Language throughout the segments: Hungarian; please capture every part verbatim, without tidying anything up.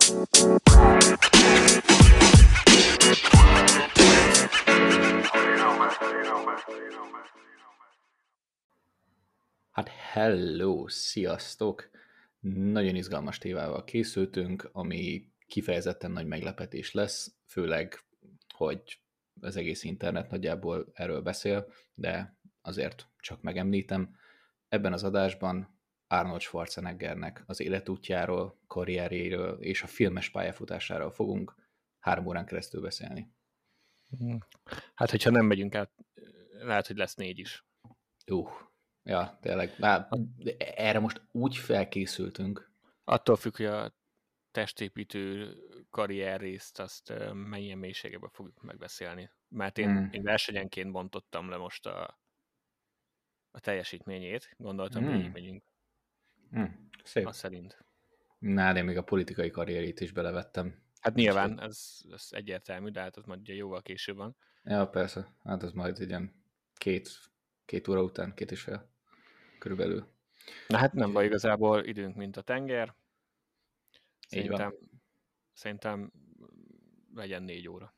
Hát hello, sziasztok! Nagyon izgalmas tévával készültünk, ami kifejezetten nagy meglepetés lesz, főleg, hogy az egész internet nagyjából erről beszél, de azért csak megemlítem. Ebben az adásban Arnold Schwarzeneggernek az életútjáról, karrierjéről és a filmes pályafutásáról fogunk három órán keresztül beszélni. Hát, hogyha nem megyünk át, lehet, hogy lesz négy is. Uh, ja, tényleg. Már erre most úgy felkészültünk. Attól függ, hogy a testépítő karrierrészt azt milyen mélységében fogjuk megbeszélni. Mert én, mm. én versenyenként bontottam le most a, a teljesítményét. Gondoltam, mm. végig megyünk. Mm. Szép. Azt szerint. Na, de még a politikai karrierét is belevettem. Hát nyilván, ez, ez egyértelmű, de hát az majd ugye jóval később van. Ja, persze. Hát az majd ilyen két, két óra után, két és fél körülbelül. Na hát nem baj, igazából időnk, mint a tenger. Szerintem, szerintem legyen négy óra.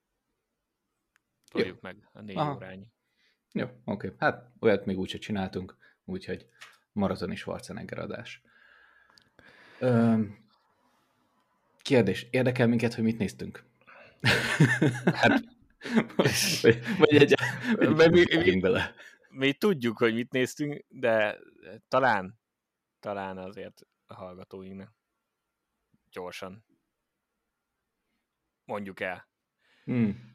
Toljuk meg a négy Aha. órányi. Jó, oké. Okay. Hát olyat még úgyse csináltunk, úgyhogy maratoni Schwarzenegger adás. Öm, kérdés, érdekel minket, hogy mit néztünk? Hát, vagy, vagy egy, egy mi, mi, bele. mi tudjuk, hogy mit néztünk, de talán, talán azért a hallgatóinknak gyorsan mondjuk el. Hmm.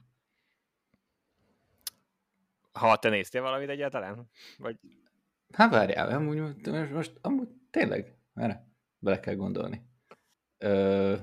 Ha te néztél valamit egyáltalán? Vagy... Hát várjál, amúgy most, most amúgy tényleg, erre bele kell gondolni. Ö...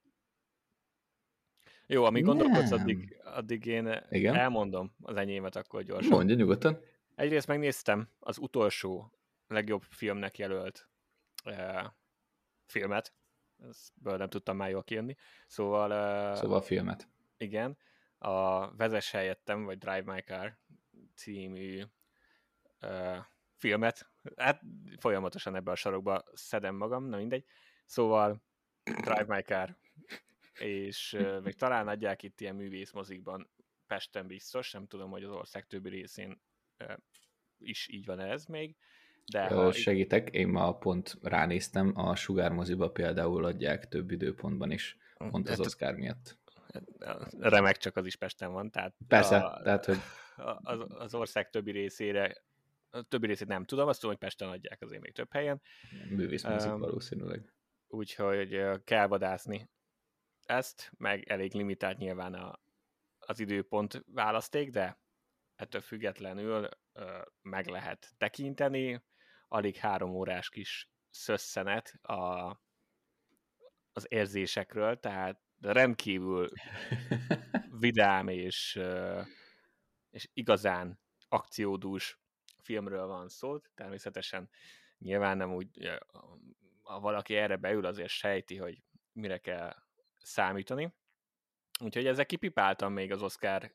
Jó, amíg gondolkodsz, addig, addig én Igen? elmondom az enyémet akkor gyorsan. Mondja nyugodtan. Egyrészt megnéztem az utolsó legjobb filmnek jelölt uh, filmet. Ezből nem tudtam már jól kijönni. Szóval... Uh, szóval a filmet. Igen. A Vezess helyettem, vagy Drive My Car című uh, filmet. Hát folyamatosan ebbe a sarokba szedem magam, na mindegy. Szóval Drive My Car. És uh, még talán adják itt ilyen művészmozikban, Pesten biztos, nem tudom, hogy az ország többi részén uh, is így van ez még. De Jó, ha... segítek, én ma pont ránéztem, a Sugár moziba például adják több időpontban is, pont az Oscar miatt. Remek, csak az is Pesten van, tehát, Persze, a, tehát hogy... az, az ország többi részére, a többi részét nem tudom, azt tudom, hogy Pesten adják azért még több helyen. Művészmozik um, valószínűleg. Úgyhogy kell vadászni ezt, meg elég limitált nyilván a, az időpont választék, de ettől függetlenül ö, meg lehet tekinteni. Alig három órás kis szösszenet a, az érzésekről, tehát rendkívül vidám és, és igazán akciódús filmről van szó. Természetesen nyilván nem úgy, ha valaki erre beül, azért sejti, hogy mire kell számítani. Úgyhogy ezzel kipipáltam még az Oscar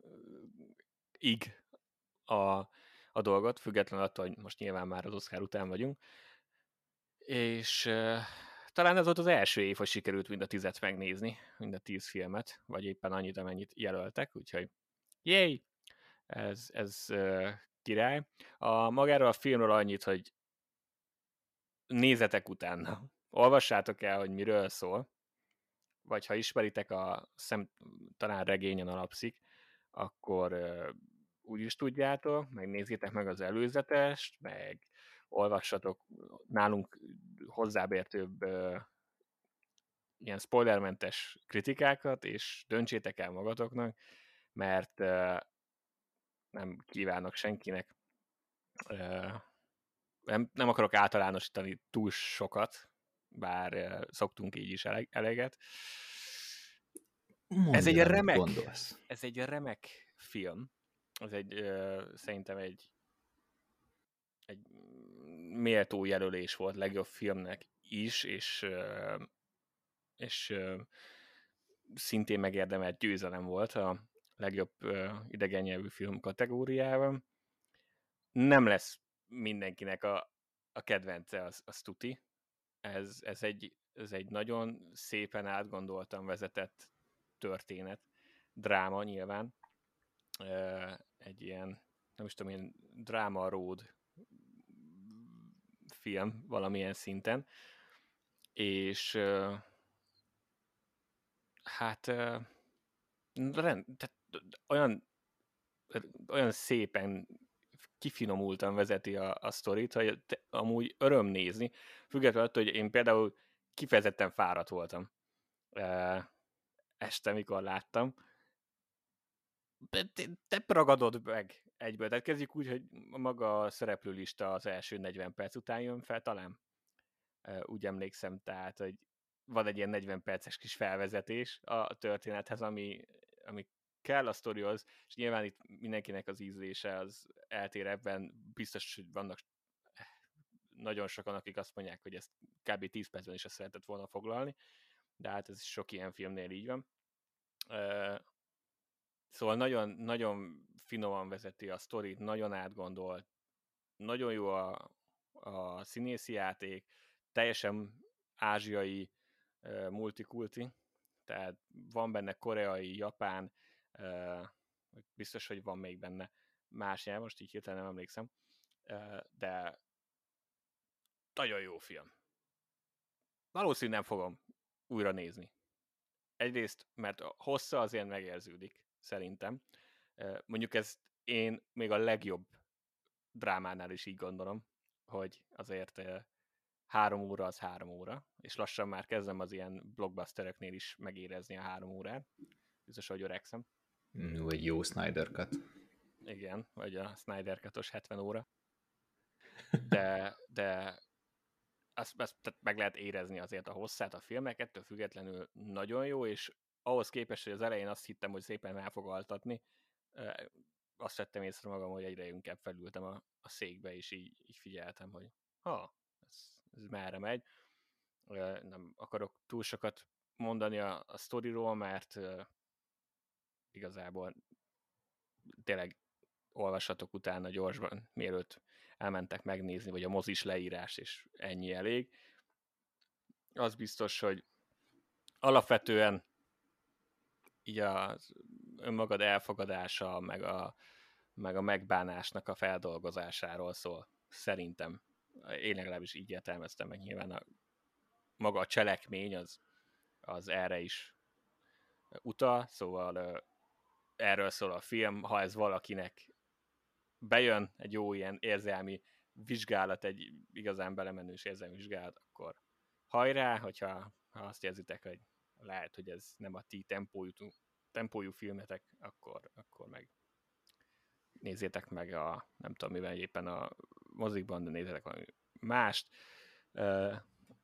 ig a, a dolgot, függetlenül attól, hogy most nyilván már az Oscar után vagyunk. És uh, talán ez volt az első év, hogy sikerült mind a tizet megnézni, mind a tíz filmet, vagy éppen annyit, amennyit jelöltek, úgyhogy jéj! Ez, ez uh, király. A magáról a filmről annyit, hogy nézzetek utána. Olvassátok el, hogy miről szól, vagy ha ismeritek a szem, talán regényen alapszik, akkor uh, úgy is tudjátok, megnézzétek meg az előzetest, meg olvassatok nálunk hozzábértőbb uh, ilyen spoilermentes kritikákat, és döntsétek el magatoknak, mert uh, nem kívánok senkinek, uh, nem, nem akarok általánosítani túl sokat, bár uh, szoktunk így is eleget. Mondja, ez egy remek, gondolsz. ez egy remek film. Ez egy, uh, szerintem egy egy méltó jelölés volt legjobb filmnek is, és, uh, és uh, szintén megérdemelt győzelem volt a legjobb uh, idegen nyelvű film kategóriában. Nem lesz mindenkinek a, a kedvence, az, az tuti. Ez, ez egy ez egy nagyon szépen átgondoltan vezetett történet, dráma nyilván, egy ilyen, nem is tudom, ilyen dráma road film valamilyen szinten, és hát rend, tehát olyan, olyan szépen kifinomultan vezeti a, a sztorit, hogy te, amúgy öröm nézni, függetlenül attól, hogy én például kifejezetten fáradt voltam este, mikor láttam. Te, te ragadod meg egyből. Tehát kezdjük úgy, hogy maga a szereplőlista az első negyven perc után jön fel, talán. Úgy emlékszem, tehát, hogy van egy ilyen negyven perces kis felvezetés a történethez, ami, ami kell a sztorihoz, és nyilván itt mindenkinek az ízlése az eltér ebben. Biztos, hogy vannak nagyon sokan, akik azt mondják, hogy ezt kb. tíz percben is ezt szeretett volna foglalni, de hát ez sok ilyen filmnél így van. Szóval nagyon, nagyon finoman vezeti a sztorit, nagyon átgondolt, nagyon jó a, a színészi játék, teljesen ázsiai uh, multikulti, tehát van benne koreai, japán, uh, biztos, hogy van még benne más nyelv, most így hirtelen nem emlékszem, uh, de nagyon jó film. Valószínűleg nem fogom újra nézni. Egyrészt, mert a hossza azért megérződik, szerintem. Mondjuk ezt én még a legjobb drámánál is így gondolom, hogy azért három óra az három óra, és lassan már kezdem az ilyen blockbustereknél is megérezni a három órát. Biztos, hogy öregszem. Vagy jó Snyder Cut. Igen, vagy a Snyder Cut-os hetven óra. De, de azt, azt tehát meg lehet érezni azért a hosszát a filmek, ettől függetlenül nagyon jó, és ahhoz képest, hogy az elején azt hittem, hogy szépen el fog altatni, azt vettem észre magam, hogy egyre inkább felültem a, a székbe, és így, így figyeltem, hogy ha, ez, ez merre megy. Nem akarok túl sokat mondani a, a sztoriról, mert igazából tényleg olvassatok utána gyorsban, mielőtt elmentek megnézni, vagy a mozis leírás, és ennyi elég. Az biztos, hogy alapvetően így az önmagad elfogadása, meg a, meg a megbánásnak a feldolgozásáról szól, szerintem. Én legalábbis így értelmeztem meg, nyilván a, maga a cselekmény az, az erre is utal, szóval erről szól a film, ha ez valakinek bejön egy jó ilyen érzelmi vizsgálat, egy igazán belemenős érzelmi vizsgálat, akkor hajrá, hogyha ha azt érzitek, hogy lehet, hogy ez nem a ti tempójú, tempójú filmetek, akkor, akkor meg nézzétek meg a, nem tudom mivel éppen a mozikban, de nézzétek valami mást. Uh,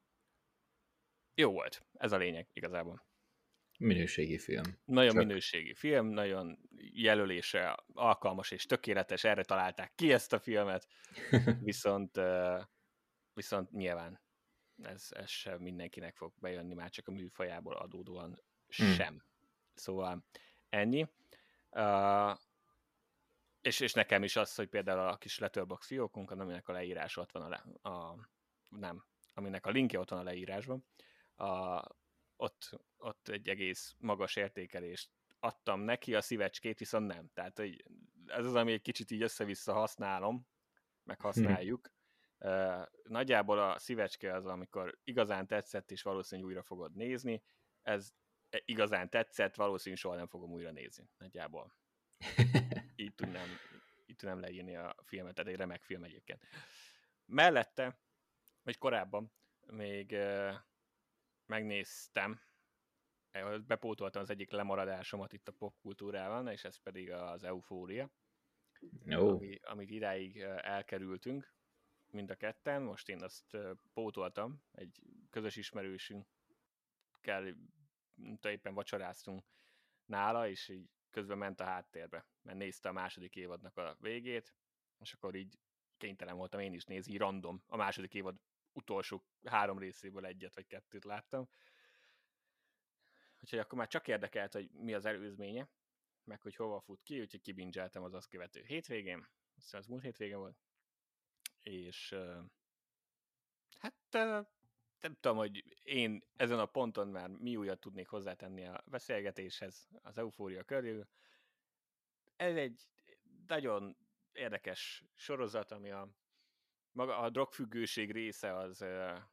jó volt, ez a lényeg igazából. Minőségi film. Nagyon Csak. minőségi film, nagyon jelölése alkalmas és tökéletes, erre találták ki ezt a filmet, viszont, uh, viszont nyilván ez, ez sem mindenkinek fog bejönni, már csak a műfajából adódóan sem. Hmm. Szóval ennyi. Uh, és, és nekem is az, hogy például a kis Letterboxd fiókunkon, aminek a leírás ott van a, le, a nem, aminek a linkje ott van a leírásban, a, ott, ott egy egész magas értékelést adtam neki, a szívecskét viszont nem. Tehát hogy ez az, ami egy kicsit így össze-vissza használom, meg használjuk. Hmm. Uh, nagyjából a szívecske az, amikor igazán tetszett, és valószínűleg újra fogod nézni. Ez igazán tetszett, valószínűleg soha nem fogom újra nézni. Nagyjából. Így tudnám, így tudnám leírni a filmet, tehát egy remek film egyébként. Mellette, vagy korábban még uh, megnéztem, bepótoltam az egyik lemaradásomat itt a popkultúrában, és ez pedig az Eufória, oh. ami, amit idáig elkerültünk, mind a ketten. Most én azt pótoltam, egy közös ismerősünkkel éppen vacsoráztunk nála, és így közben ment a háttérbe, mert nézte a második évadnak a végét, és akkor így kénytelen voltam én is nézni, így random. A második évad utolsó három részéből egyet vagy kettőt láttam. Úgyhogy akkor már csak érdekelt, hogy mi az előzménye, meg hogy hova fut ki, úgyhogy kibingeltem az azt követő hétvégén, aztán az múlt hétvégén volt, és hát nem tudom, hogy én ezen a ponton már mi újat tudnék hozzátenni a beszélgetéshez, az Eufória körül. Ez egy nagyon érdekes sorozat, ami a maga a drogfüggőség része az,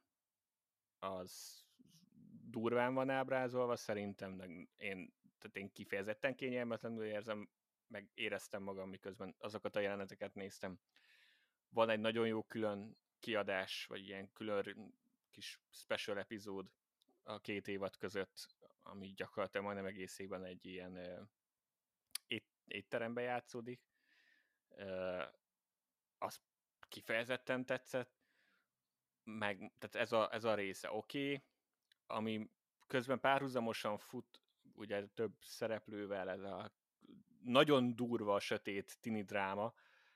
az durván van ábrázolva, szerintem én, tehát én kifejezetten kényelmetlenül érzem, meg éreztem magam, miközben azokat a jeleneteket néztem. Van egy nagyon jó külön kiadás, vagy ilyen külön kis special epizód a két évad között, ami gyakorlatilag majdnem egész évben egy ilyen uh, ét, étteremben játszódik. Uh, az kifejezetten tetszett, meg, tehát ez a, ez a része oké, okay, ami közben párhuzamosan fut, ugye több szereplővel, ez a nagyon durva, sötét tini dráma,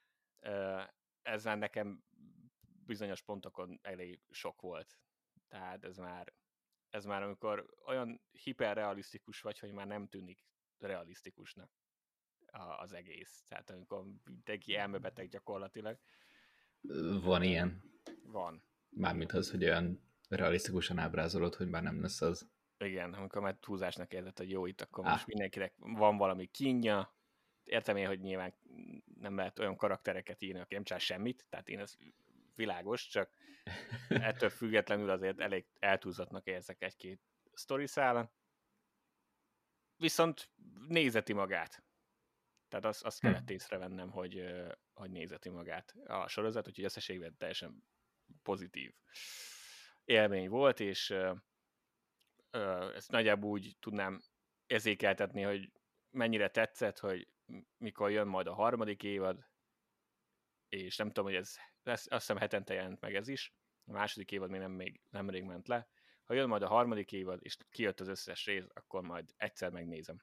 ezzel nekem bizonyos pontokon elég sok volt. Tehát ez már, ez már amikor olyan hiperrealisztikus vagy, hogy már nem tűnik realisztikusnak az egész. Tehát amikor mindenki elmebeteg gyakorlatilag. Van ilyen? Van. Mármint az, hogy olyan realisztikusan ábrázolod, hogy már nem lesz az. Igen, amikor már túlzásnak érzed, hogy jó, itt akkor ah. most mindenkinek van valami kínja. Értem én, hogy nyilván nem lehet olyan karaktereket írni, aki nem csinál semmit, tehát én ez világos, csak ettől függetlenül azért elég eltúlzatnak érzek egy-két sztori szállon. Viszont nézeti magát. Tehát azt, azt kellett észrevennem, hogy, hogy nézeti magát a sorozat, úgyhogy összességben teljesen pozitív élmény volt, és ezt nagyjából úgy tudnám érzékeltetni, hogy mennyire tetszett, hogy mikor jön majd a harmadik évad, és nem tudom, hogy ez lesz, azt hiszem hetente jelent meg ez is, a második évad még nem még nemrég ment le. Ha jön majd a harmadik évad, és kijött az összes rész, akkor majd egyszer megnézem.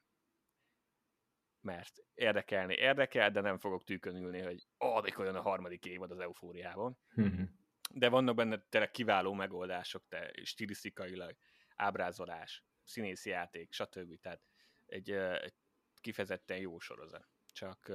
Mert érdekelni érdekel, de nem fogok tűkön ülni, hogy ó, mikor jön a harmadik évad az Eufóriában. Mm-hmm. De vannak benne tényleg kiváló megoldások, te stilisztikailag, ábrázolás, színészi játék, stb. Tehát egy, egy kifejezetten jó sorozat. Csak,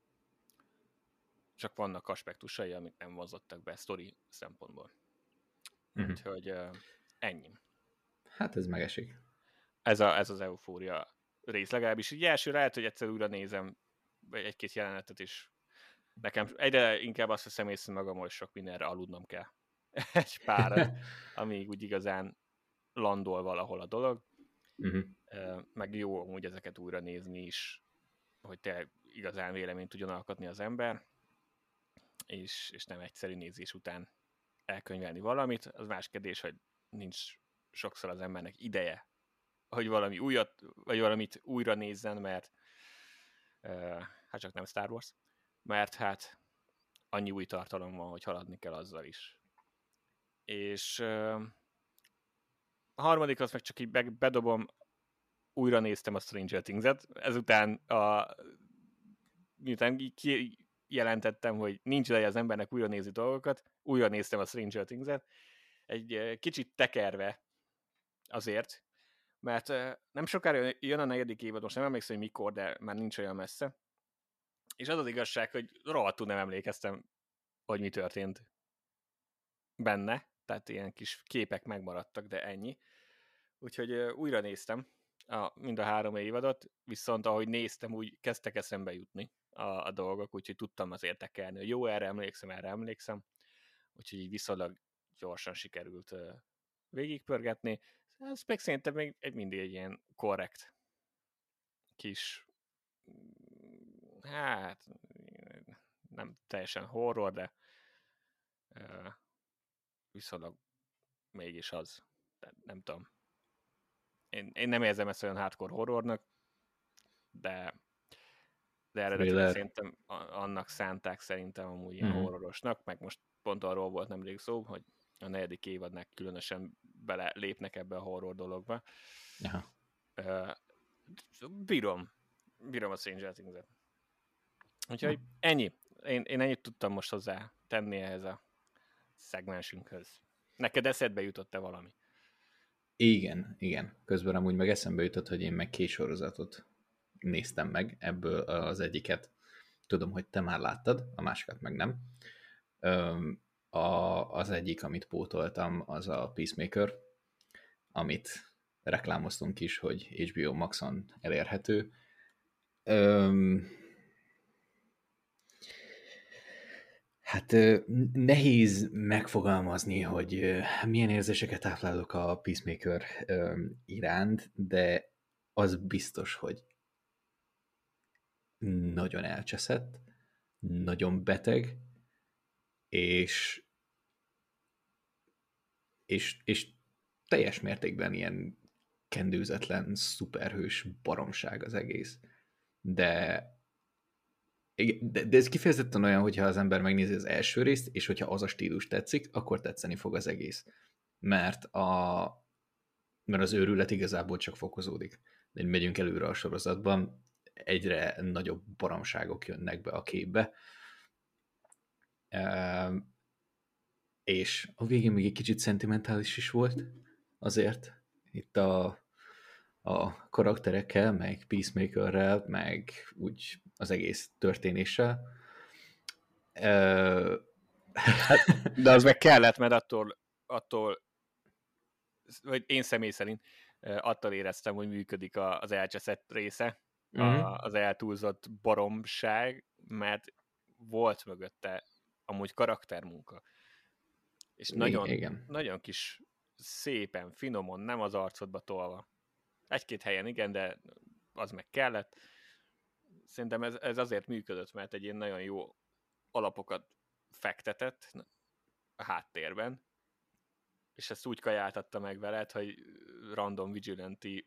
csak vannak aspektusai, amik nem vonzottak be sztori szempontból. Mm-hmm. Úgyhogy ennyi. Hát ez megesik. Ez, a, ez az Eufória rész legalábbis. Így elsőre lehet, hogy egyszer újra nézem egy-két jelenetet is. Nekem egyre inkább azt veszem észre magam, hogy sok mindenre aludnom kell. Egy párat, amíg úgy igazán landol valahol a dolog. Uh-huh. Meg jó amúgy ezeket újra nézni is, hogy tényleg igazán véleményt tudjon alkotni az ember, és, és nem egyszerű nézés után elkönyvelni valamit. Az más kérdés, hogy nincs sokszor az embernek ideje, hogy valami újat, vagy valamit újra nézzen, mert uh, hát csak nem Star Wars, mert hát annyi új tartalom van, hogy haladni kell azzal is. És uh, a harmadik az meg csak így bedobom, újra néztem a Stranger Things-et, ezután a, miután kijelentettem, hogy nincs ideje az embernek újra nézni dolgokat, újra néztem a Stranger Things-et, egy uh, kicsit tekerve azért, mert uh, nem sokára jön a negyedik évad, most nem emlékszem, hogy mikor, de már nincs olyan messze, és az az igazság, hogy rohadtul nem emlékeztem, hogy mi történt benne, tehát ilyen kis képek megmaradtak, de ennyi. Úgyhogy uh, újra néztem a, mind a három évadot, viszont ahogy néztem, úgy kezdtek eszembe jutni a, a dolgok, úgyhogy tudtam azért tekelni, hogy jó, erre emlékszem, erre emlékszem, úgyhogy így viszonylag gyorsan sikerült uh, végigpörgetni. Ez meg szerintem még egy mindig egy ilyen korrekt kis, hát nem teljesen horror, de uh, viszonylag mégis az. De nem tudom. Én, én nem érzem ezt olyan hardcore horrornak, de de eredetileg szerintem annak szánták szerintem amúgy ilyen mm. horrorosnak, meg most pont arról volt nemrég szó, hogy a negyedik évadnak különösen bele lépnek ebbe a horror dologba. Aha. Uh, bírom. Bírom a Stranger Things-et. Úgyhogy hm. ennyi. Én, én ennyit tudtam most hozzá tenni ehhez a szegmensünkhöz. Neked eszedbe jutott-e valami? Igen, igen. Közben amúgy meg eszembe jutott, hogy én meg két sorozatot néztem meg, ebből az egyiket tudom, hogy te már láttad, a másikat meg nem. a, az egyik, amit pótoltam, az a Peacemaker, amit reklámoztunk is, hogy há bé o Maxon elérhető. Öm, hát nehéz megfogalmazni, hogy milyen érzéseket táplálok a Peacemaker iránt, de az biztos, hogy nagyon elcseszett, nagyon beteg, és, és, és teljes mértékben ilyen kendőzetlen, szuperhős baromság az egész. De, de, de ez kifejezetten olyan, hogyha az ember megnézi az első részt, és hogyha az a stílus tetszik, akkor tetszeni fog az egész. Mert, a, mert az őrület igazából csak fokozódik. De megyünk előre a sorozatban, egyre nagyobb baromságok jönnek be a képbe. És a végén még egy kicsit szentimentális is volt, azért itt a, a karakterekkel, meg Peacemakerrel, meg úgy az egész történéssel. De az meg kellett, mert attól, attól vagy én személy szerint attól éreztem, hogy működik az elcseszett része, uh-huh. az eltúlzott baromság, mert volt mögötte amúgy karaktermunka. És nagyon, igen. nagyon kis szépen, finomon, nem az arcodba tolva. Egy-két helyen igen, de az meg kellett. Szerintem ez, ez azért működött, mert egy ilyen nagyon jó alapokat fektetett a háttérben, és ezt úgy kajáltatta meg veled, hogy random vigilante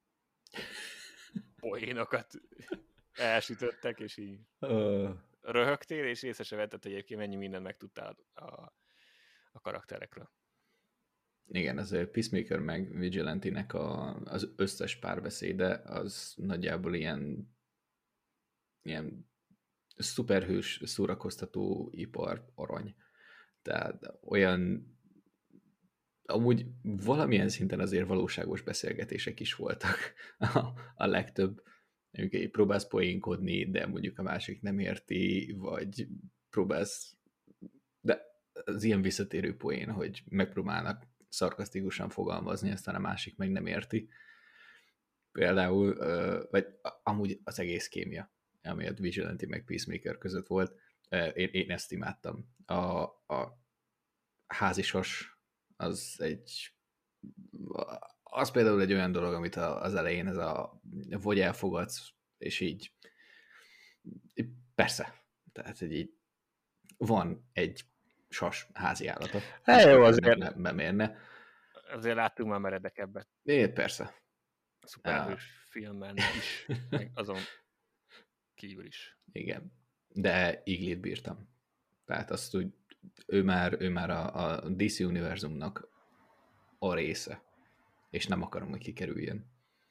poénokat elsütöttek, és így uh. röhögtél, és észre se vetted, hogy egyébként mennyi mindent megtudtál a, a karakterekről. Igen, az Peacemaker meg Vigilante-nek a, az összes párbeszéde az nagyjából ilyen ilyen szuperhős, szórakoztató ipar arany. Tehát olyan amúgy valamilyen szinten azért valóságos beszélgetések is voltak a, a legtöbb. Mondjuk próbálsz poénkodni, de mondjuk a másik nem érti, vagy próbálsz, de az ilyen visszatérő poén, hogy megpróbálnak szarkasztikusan fogalmazni, aztán a másik meg nem érti. Például, vagy amúgy az egész kémia, ami a Vigilante meg Peacemaker között volt, én, én ezt imádtam. A, a házisas az egy az például egy olyan dolog, amit az elején ez a vagy elfogadsz, és így persze, tehát egy így van egy sas házi állata. Hát jó, azért nem, nem érne. Azért láttunk már meredekebbet. É, persze. Szuperhős ah. filmben is, meg azon kívül is. Igen, de Iglit bírtam. Tehát azt úgy, ő már, ő már a, a dé cé univerzumnak a része, és nem akarom, hogy kikerüljön.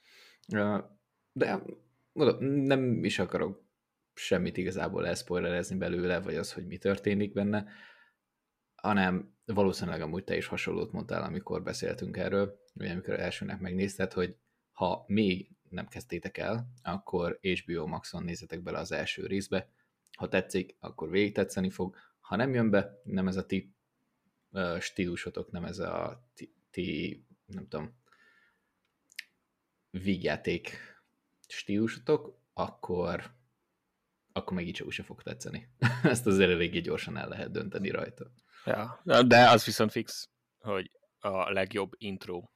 De nem is akarok semmit igazából elszpoilerezni belőle, vagy az, hogy mi történik benne, hanem valószínűleg amúgy te is hasonlót mondtál, amikor beszéltünk erről, vagy amikor elsőnek megnézted, hogy ha még nem kezdtétek el, akkor há bé o Maxon nézzetek bele az első részbe, ha tetszik, akkor végig tetszeni fog, ha nem jön be, nem ez a ti uh, stílusotok, nem ez a ti, ti nem tudom, vígjáték stílusotok, akkor akkor meg így sem fog tetszeni. Ezt azért eléggé gyorsan el lehet dönteni rajta. Ja, de az viszont fix, hogy a legjobb intro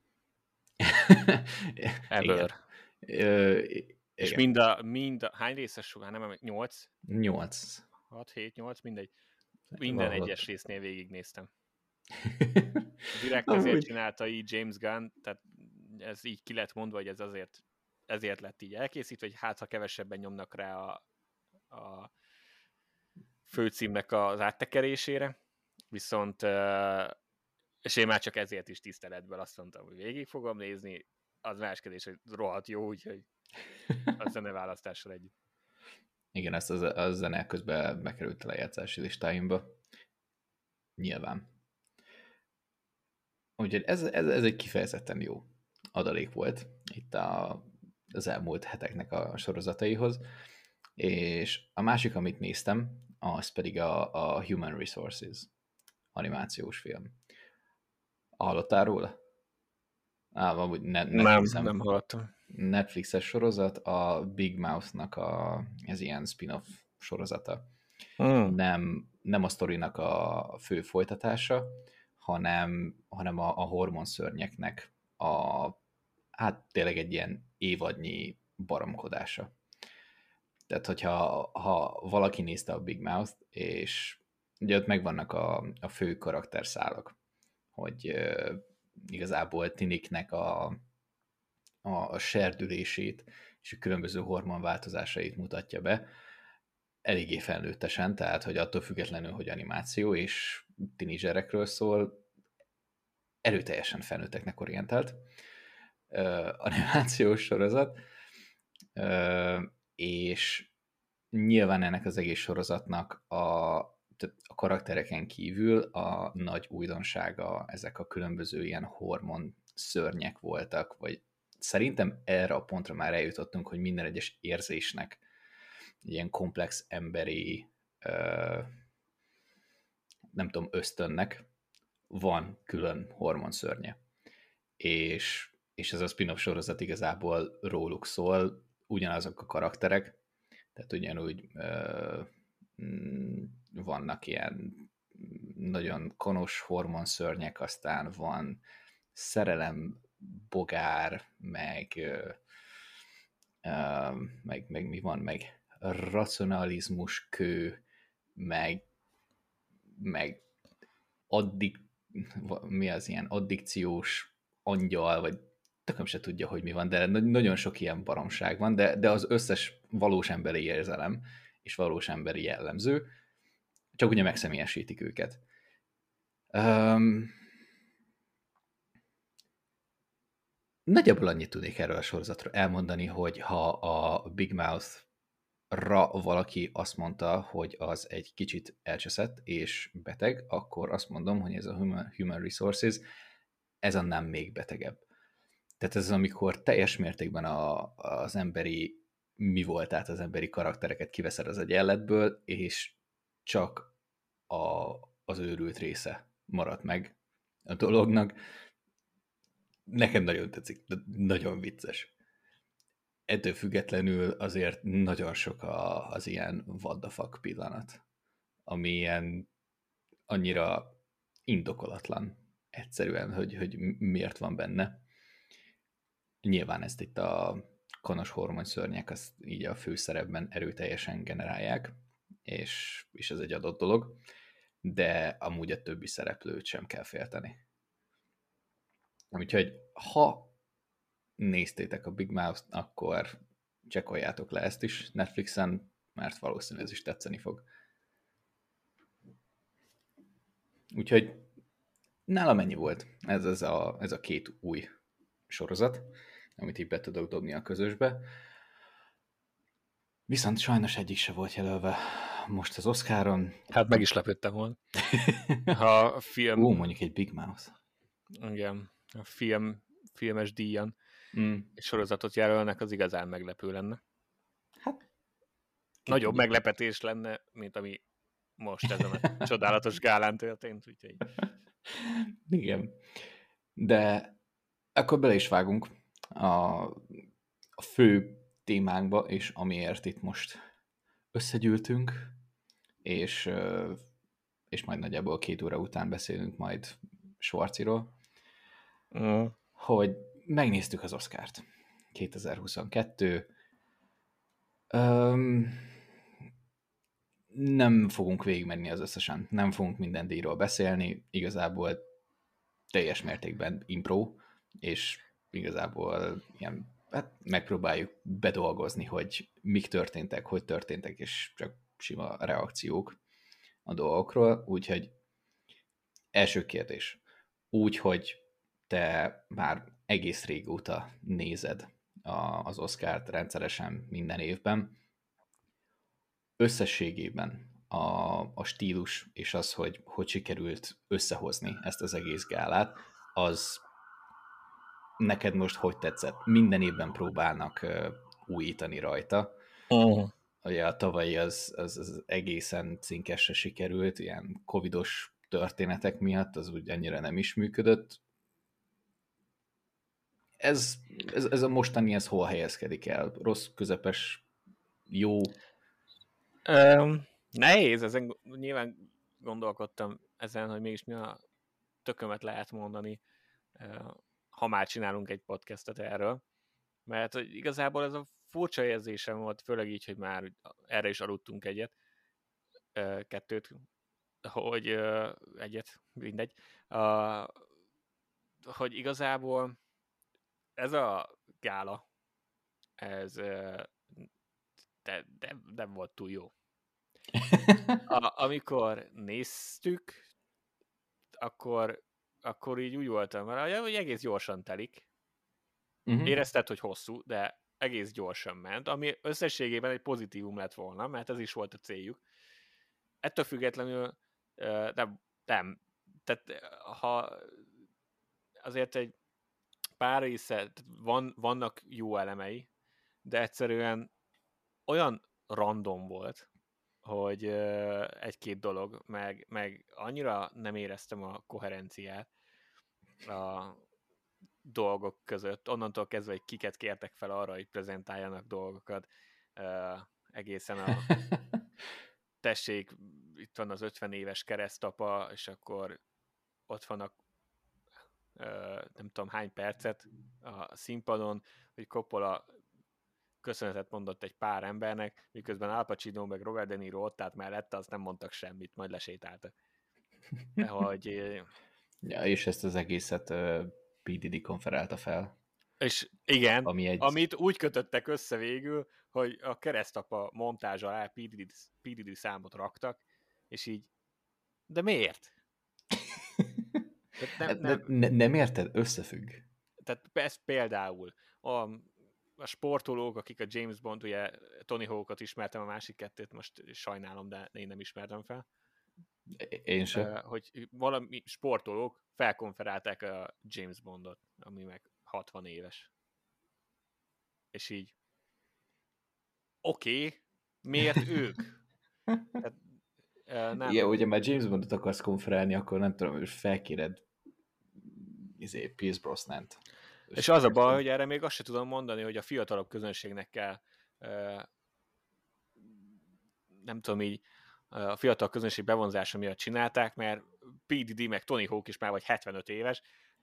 ever. Ö, és mind a, mind a, hány részes során, nem, nyolc? Nyolc. hat, hét, nyolc, mindegy. Minden Valahogy. Egyes résznél végignéztem. Direkt ezért csinálta így James Gunn, tehát ez így ki lett mondva, hogy ez azért ezért lett így elkészítve, hogy hát ha kevesebben nyomnak rá a, a főcímnek az áttekerésére, viszont és én már csak ezért is tiszteletből azt mondtam, hogy végig fogom nézni, az más kérdés, hogy rohadt jó, úgyhogy a zeneválasztással együtt. Igen, ezt az, az zene közben bekerült a lejátszási listáimba. Nyilván. Úgyhogy ez, ez, ez egy kifejezetten jó adalék volt itt a, az elmúlt heteknek a sorozataihoz. És a másik, amit néztem, az pedig a, a Human Resources. animációs film. Hallottál róla? Á, amúgy Nem, Netflixen, nem hallottam. Netflixes sorozat, a Big Mouth-nak a, ez ilyen spin-off sorozata. Hmm. Nem, nem a sztorinak a fő folytatása, hanem, hanem a, a hormonszörnyeknek a, hát tényleg egy ilyen évadnyi baromkodása. Tehát, hogyha ha valaki nézte a Big Mouth, és ugye ott megvannak a, a fő karakterszálak, hogy uh, igazából Tiniknek a, a, a serdülését és a különböző hormonváltozásait mutatja be, eléggé felnőttesen, tehát, hogy attól függetlenül, hogy animáció és tinizserekről szól, erőteljesen felnőtteknek orientált uh, animációs sorozat, uh, és nyilván ennek az egész sorozatnak a, a karaktereken kívül a nagy újdonsága ezek a különböző ilyen hormon szörnyek voltak, vagy szerintem erre a pontra már eljutottunk, hogy minden egyes érzésnek ilyen komplex emberi ö, nem tudom, ösztönnek van külön hormonszörnye. És, és ez a spin-off sorozat igazából róluk szól, ugyanazok a karakterek, tehát ugyanúgy ö, vannak ilyen nagyon konos hormonszörnyek, aztán van szerelem, bogár, meg, ö, ö, meg, meg mi van, meg racionalizmus kő, meg, meg addik, mi az ilyen addikciós angyal, vagy tököm se tudja, hogy mi van, de nagyon sok ilyen baromság van, de, de az összes valós emberi érzelem és valós emberi jellemző, csak ugye megszemélyesítik őket. Um, nagyjából annyit tudnék erről a sorozatról elmondani, hogy ha a Big Mouth-ra valaki azt mondta, hogy az egy kicsit elcseszett és beteg, akkor azt mondom, hogy ez a Human, human Resources, ez annál még betegebb. Tehát ez az, amikor teljes mértékben a, az emberi mi volt, tehát az emberi karaktereket kiveszed az egyenletből, és csak a, az őrült része maradt meg a dolognak. Nekem nagyon tetszik, nagyon vicces. Ettől függetlenül azért nagyon sok a, az ilyen what the fuck pillanat, ami ilyen annyira indokolatlan egyszerűen, hogy, hogy miért van benne. Nyilván ezt itt a konos hormonszörnyek azt így a főszerepben erőteljesen generálják, és, és ez egy adott dolog, de amúgy a többi szereplőt sem kell félteni. Úgyhogy ha néztétek a Big Mouth, akkor csekkoljátok le ezt is Netflixen, mert valószínűleg ez is tetszeni fog. Úgyhogy nálam ennyi volt. Ez, ez, a, ez a két új sorozat, amit így be tudok dobni a közösbe. Viszont sajnos egyik se volt jelölve most az Oscaron. Hát meg is lepődtem volna. Ha a film... Ó, mondjuk egy Big Mouth. Igen, a film, filmes díjan Mm. egy sorozatot jelölnek, az igazán meglepő lenne. Hát, nagyobb meglepetés lenne, mint ami most ezen a csodálatos gálán történt, úgyhogy... Igen. De akkor bele is vágunk a, a fő témánkba, és amiért itt most összegyűltünk, és, és majd nagyjából két óra után beszélünk majd Schwarziról, mm. hogy megnéztük az Oscart. kétezer-huszonkettő. Öm, nem fogunk végigmenni az összesen, nem fogunk minden díjról beszélni, igazából teljes mértékben impro, és igazából ilyen, hát megpróbáljuk bedolgozni, hogy mik történtek, hogy történtek, és csak sima reakciók a dolgokról, úgyhogy első kérdés. Úgy, hogy te már egész régóta nézed az Oscart rendszeresen minden évben, összességében a, a stílus és az, hogy hogy sikerült összehozni ezt az egész gálát, az neked most hogy tetszett? Minden évben próbálnak uh, újítani rajta. Uh-huh. Ugye a tavalyi az, az, az egészen cinkesre sikerült, ilyen covidos történetek miatt, az úgy ennyire nem is működött. Ez, ez, ez a mostani, ez hol helyezkedik el? Rossz, közepes, jó? Um, nehéz, ezen nyilván gondolkodtam ezen, hogy mégis mi a tökömet lehet mondani, ha már csinálunk egy podcastet erről, mert hogy igazából ez a furcsa érzésem volt, főleg így, hogy már erre is aludtunk egyet, kettőt, hogy egyet, mindegy, hogy igazából ez a gála, ez de, de, nem volt túl jó. A, amikor néztük, akkor, akkor így úgy voltam, hogy egész gyorsan telik. Uh-huh. Érezted, hogy hosszú, de egész gyorsan ment, ami összességében egy pozitívum lett volna, mert ez is volt a céljuk. Ettől függetlenül nem, nem. Tehát ha azért egy pár része, van, vannak jó elemei, de egyszerűen olyan random volt, hogy egy-két dolog, meg, meg annyira nem éreztem a koherenciát a dolgok között. Onnantól kezdve, hogy kiket kértek fel arra, hogy prezentáljanak dolgokat, egészen a tessék, itt van az ötven éves keresztapa, és akkor ott vannak nem tudom hány percet a színpadon, hogy Coppola köszönetet mondott egy pár embernek, miközben Al Pacino meg Robert De Niro ott állt mellette, azt nem mondtak semmit, majd lesétáltak. De hogy... Ja, és ezt az egészet uh, P. Diddy konferálta fel. És igen, ami egy... amit úgy kötöttek össze végül, hogy a keresztapa montázs alá P. Diddy, P. Diddy számot raktak, és így, de miért? nem, nem, ne, nem érted? Összefügg. Tehát ez például a, a sportolók, akik a James Bond, ugye Tony Hawkot ismertem, a másik kettőt most sajnálom, de én nem ismertem fel. Én sem. Hogy valami sportolók felkonferálták a James Bondot, ami meg hatvan éves. És így oké, okay, miért ők? Tehát, nem. Igen, ugye már James Bondot akarsz konferálni, akkor nem tudom, hogy felkéred izé, Pierce Brosnant. És az a baj, hogy erre még azt se tudom mondani, hogy a fiatalabb közönségnek kell nem tudom így a fiatal közönség bevonzása miatt csinálták, mert P. Diddy meg Tony Hawk is már vagy hetvenöt éves,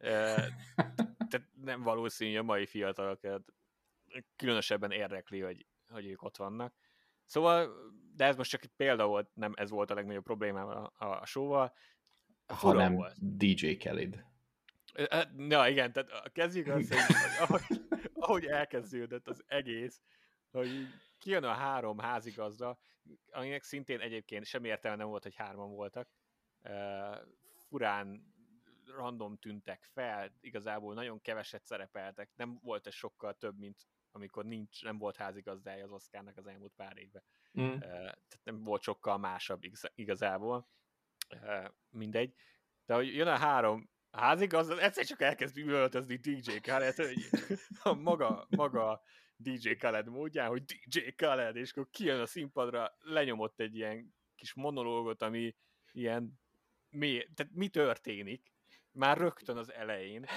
tehát nem valószínű, hogy a mai fiatalokat különösebben érdekli, hogy, hogy ők ott vannak. Szóval, de ez most csak egy példa volt, nem ez volt a legnagyobb problémám a, a showval. Hanem volt. dé dzsé Khaled. Na igen, tehát kezdjük azt, hogy ahogy, ahogy elkezdődött az egész, hogy kijön a három házigazda, aminek szintén egyébként sem értelme nem volt, hogy hárman voltak. Uh, furán random tűntek fel, igazából nagyon keveset szerepeltek, nem volt ez sokkal több, mint amikor nincs, nem volt házigazdája az Oscarnak az elmúlt pár évben. Mm. Uh, tehát nem volt sokkal másabb igazából. Uh, mindegy. De hogy jön a három házigazda, egyszer csak elkezd üvöltözni dé dzsé Khaled, hogy maga, maga dé dzsé Khaled módján, hogy dé dzsé Khaled, és akkor kijön a színpadra, lenyomott egy ilyen kis monológot, ami ilyen mi, tehát mi történik? Már rögtön az elején.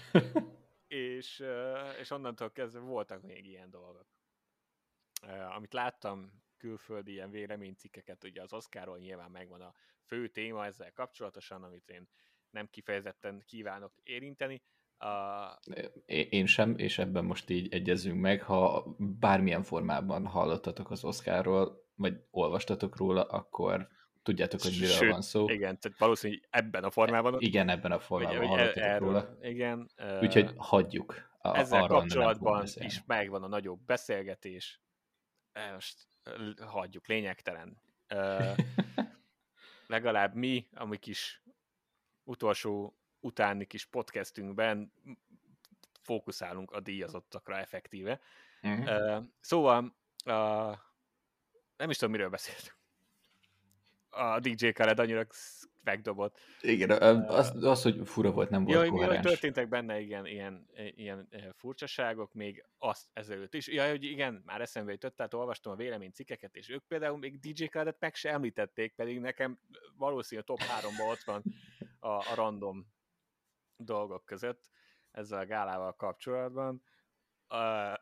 és, és onnantól kezdve voltak még ilyen dolgok. Amit láttam, külföldi ilyen véleménycikkeket, ugye az Oscarról nyilván megvan a fő téma ezzel kapcsolatosan, amit én nem kifejezetten kívánok érinteni. Uh, én sem, és ebben most így egyezünk meg, ha bármilyen formában hallottatok az Oscarról, vagy olvastatok róla, akkor tudjátok, hogy miről Sőt, van szó. Igen, tehát valószínűleg ebben a formában. Igen, ebben a formában ugye, hallottatok erről, róla. Igen. Úgyhogy hagyjuk. A, ezzel kapcsolatban is megvan a nagyobb beszélgetés. Most hagyjuk, lényegtelen. Uh, legalább mi, ami kis utolsó utáni kis podcastünkben fókuszálunk a díjazottakra effektíve. Uh-huh. Uh, szóval uh, nem is tudom, miről beszéltünk. A dé dzsé Khaled annyira megdobott. Igen, az, az, hogy fura volt, nem volt Ja, mi, hogy koherens. történtek benne igen, ilyen, ilyen furcsaságok még azt ezelőtt is. Ja, hogy igen, már eszembe jutott, tehát olvastam a véleménycikkeket, és ők például még dé dzsé Khaled-et meg se említették, pedig nekem valószínűleg top háromban ott van a, a random dolgok között ezzel a gálával kapcsolatban. Uh,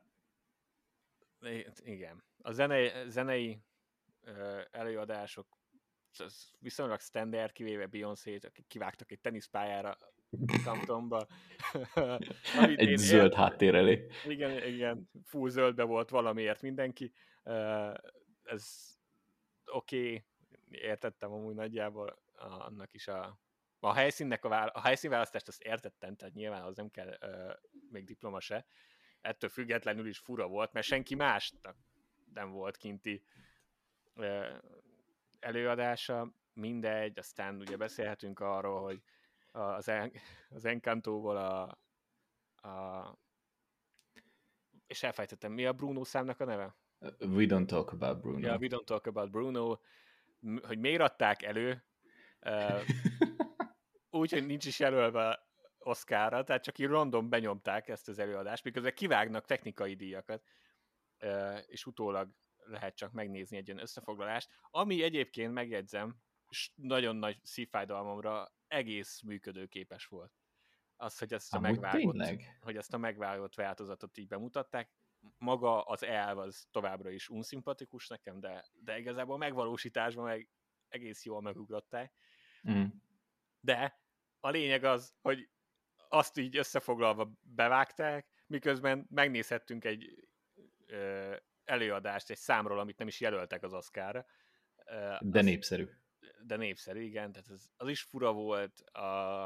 igen. A zenei, zenei uh, előadások viszonylag standard, kivéve Beyoncé-t, akik kivágtak egy teniszpályára Comptonba. Egy én zöld ért... háttér elé. Igen, igen, full zöldbe volt valamiért mindenki. Uh, ez oké, okay. Értettem amúgy nagyjából annak is a a helyszínnek a, vála- a helyszínválasztást azt értettem, tehát nyilván az nem kell uh, még diploma se. Ettől függetlenül is fura volt, mert senki másnak nem volt kinti uh, előadása, mindegy, aztán ugye beszélhetünk arról, hogy az, en- az Encantóból a, a és elfejtettem, mi a Bruno számnak a neve? We don't talk about Bruno. Ja, We don't talk about Bruno, hogy miért adták elő, uh, úgy, hogy nincs is jelölve Oscarra, tehát csak így random benyomták ezt az előadást, miközben kivágnak technikai díjakat, uh, és utólag lehet csak megnézni egy ilyen összefoglalást, ami egyébként megjegyzem, nagyon nagy szívfájdalmamra egész működőképes volt. Az, hogy ezt a Amúgy megvágott, tényleg? hogy ezt a megvágott változatot így bemutatták. Maga az elv az továbbra is unszimpatikus nekem, de, de igazából a megvalósításban meg egész jól megugrották. Mm. De a lényeg az, hogy azt így összefoglalva bevágták, miközben megnézhettünk egy ö, előadást egy számról, amit nem is jelöltek az Oscarra. Ö, de az, népszerű. De népszerű, igen. Tehát az, az is fura volt. A,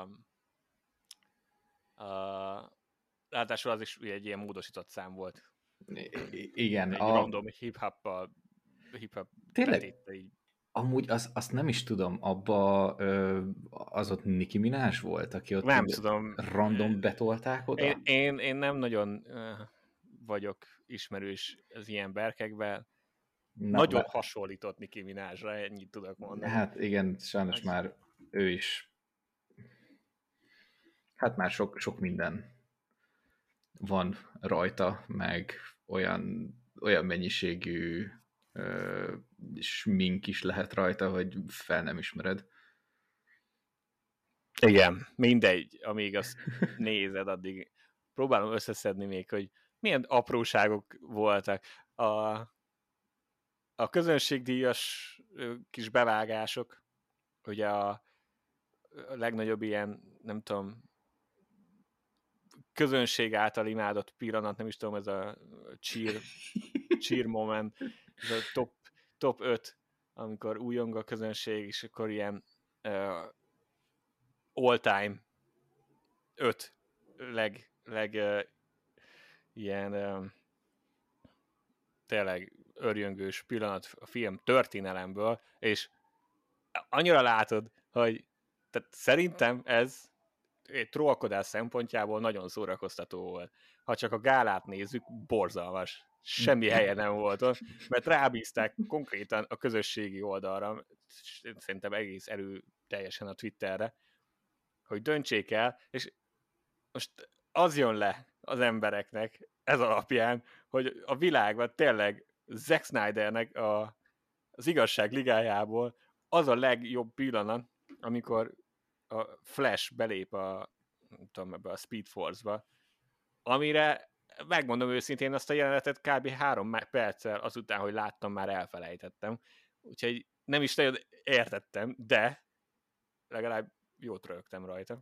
a, ráadásul az is egy ilyen módosított szám volt. I- igen. Egy a... random hip-hop hip-hop Tényleg? Amúgy az, azt nem is tudom, abba ö, az ott Nicki Minaj volt, aki ott nem tudom. random betolták oda? Én, én, én nem nagyon uh, vagyok ismerős az ilyen berkekben. Na, nagyon be... hasonlított Nicki Minajra, ennyit tudok mondani. Hát igen, sajnos az... már ő is. Hát már sok, sok minden van rajta, meg olyan, olyan mennyiségű uh, smink is lehet rajta, hogy fel nem ismered. Igen, mindegy, amíg azt nézed, addig próbálom összeszedni még, hogy milyen apróságok voltak. A, a közönségdíjas kis bevágások, ugye a, a legnagyobb ilyen, nem tudom, közönség által imádott pillanat, nem is tudom, ez a cheer, cheer moment, ez a top, top öt, amikor újong a közönség, és akkor ilyen uh, all-time öt leg, leg uh, ilyen uh, tényleg örjöngős pillanat a film történelemből, és annyira látod, hogy tehát szerintem ez egy trollkodás szempontjából nagyon szórakoztató volt. Ha csak a gálát nézzük, borzalmas. Semmi helye nem volt ott, mert rábízták konkrétan a közösségi oldalra, szerintem egész erőteljesen a Twitterre, hogy döntsék el, és most az jön le az embereknek ez alapján, hogy a világban tényleg Zack Snydernek a, az igazság ligájából az a legjobb pillanat, amikor a Flash belép a, nem tudom, ebbe a Speed Force-ba, amire megmondom őszintén, azt a jelenetet kb. három perccel azután, hogy láttam, már elfelejtettem. Úgyhogy nem is nagyon értettem, de legalább jót rögtem rajta.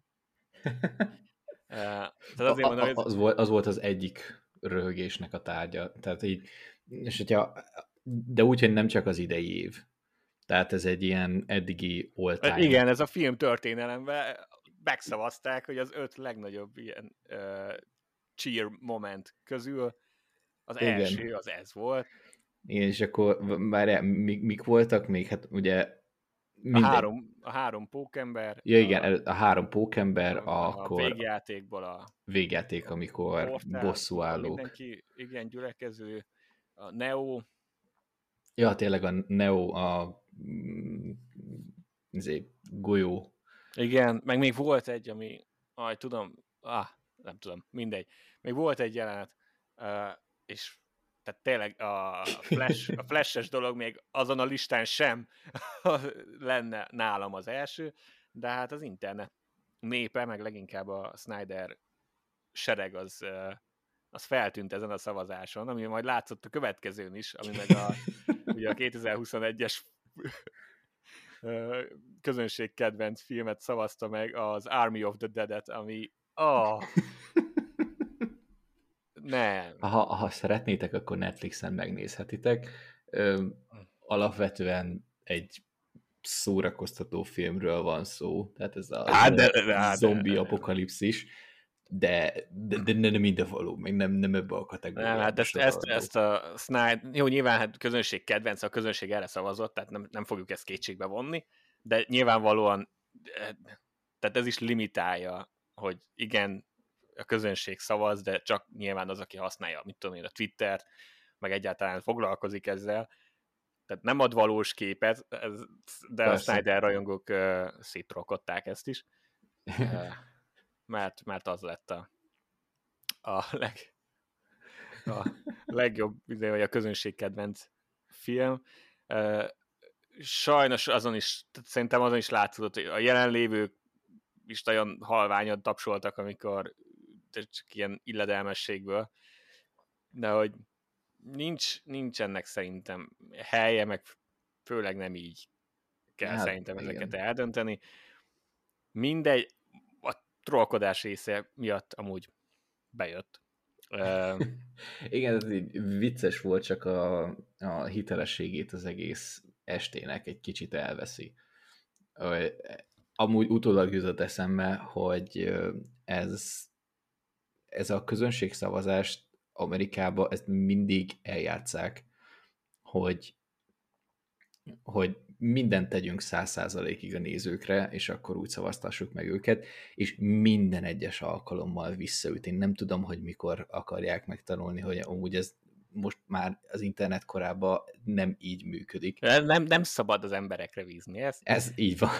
Uh, tehát azért mondom, az, az, volt, az volt az egyik röhögésnek a tárgya. Tehát így, és hogyha, de úgy, hogy nem csak az idei év. Tehát ez egy ilyen eddigi all-time. Igen, ez a film történelemben megszavazták, hogy az öt legnagyobb ilyen uh, cheer moment közül az igen. első az ez volt. Igen, és akkor már mik, mik voltak még? Hát ugye a három, a három pókember. Ja igen, a, a három pókember, a, akkor a végjátékból a végjáték, amikor portál, bosszúállók. Mindenki, igen, gyülekező, a Neo. Ja, tényleg a Neo, a izé, golyó. Igen, meg még volt egy, ami, aj, tudom, ah, nem tudom, mindegy. Még volt egy jelenet, uh, és tehát tényleg a, flash, a flashes dolog még azon a listán sem lenne nálam az első, de hát az internet népe, meg leginkább a Snyder sereg az, uh, az feltűnt ezen a szavazáson, ami majd látszott a következőn is, ami meg a, ugye a kétezer-huszonegyes közönség kedvenc filmet szavazta meg, az Army of the Dead-et, ami oh, nem. Ha, ha szeretnétek, akkor Netflixen megnézhetitek. Ö, alapvetően egy szórakoztató filmről van szó, tehát ez a Hát de, hát zombi de, apokalipszis, de, de, de nem ide való, még nem, nem ebbe a kategóriába. nem, hát ezt, ezt, ezt a Snyder, jó, nyilván hát közönség kedvenc, a közönség erre szavazott, tehát nem, nem fogjuk ezt kétségbe vonni, de nyilvánvalóan tehát ez is limitálja, hogy igen, a közönség szavaz, de csak nyilván az, aki használja, mit tudom én, a Twittert, meg egyáltalán foglalkozik ezzel. Tehát nem ad valós képet, ez, de Persze. A Snyder rajongók uh, szétrokották ezt is, uh, mert, mert az lett a, a, leg, a legjobb, vagy a közönség kedvenc film. Uh, sajnos azon is, szerintem azon is látszott, hogy a jelenlévők is nagyon halványan tapsoltak, amikor csak ilyen illedelmességből, de hogy nincs, nincs ennek szerintem helye, meg főleg nem így kell hát, szerintem igen. Ezeket eldönteni. Mindegy, a trollkodás része miatt amúgy bejött. Igen, ez így vicces volt, csak a, a hitelességét az egész estének egy kicsit elveszi. Amúgy utólag jutott eszembe, hogy ez, ez a közönségszavazást Amerikában ezt mindig eljátszák, hogy, hogy mindent tegyünk száz százalékig a nézőkre, és akkor úgy szavaztassuk meg őket, és minden egyes alkalommal visszaüt. Én nem tudom, hogy mikor akarják megtanulni, hogy amúgy ez most már az internet korában nem így működik. Nem, nem szabad az emberekre bízni ezt. Ez így van.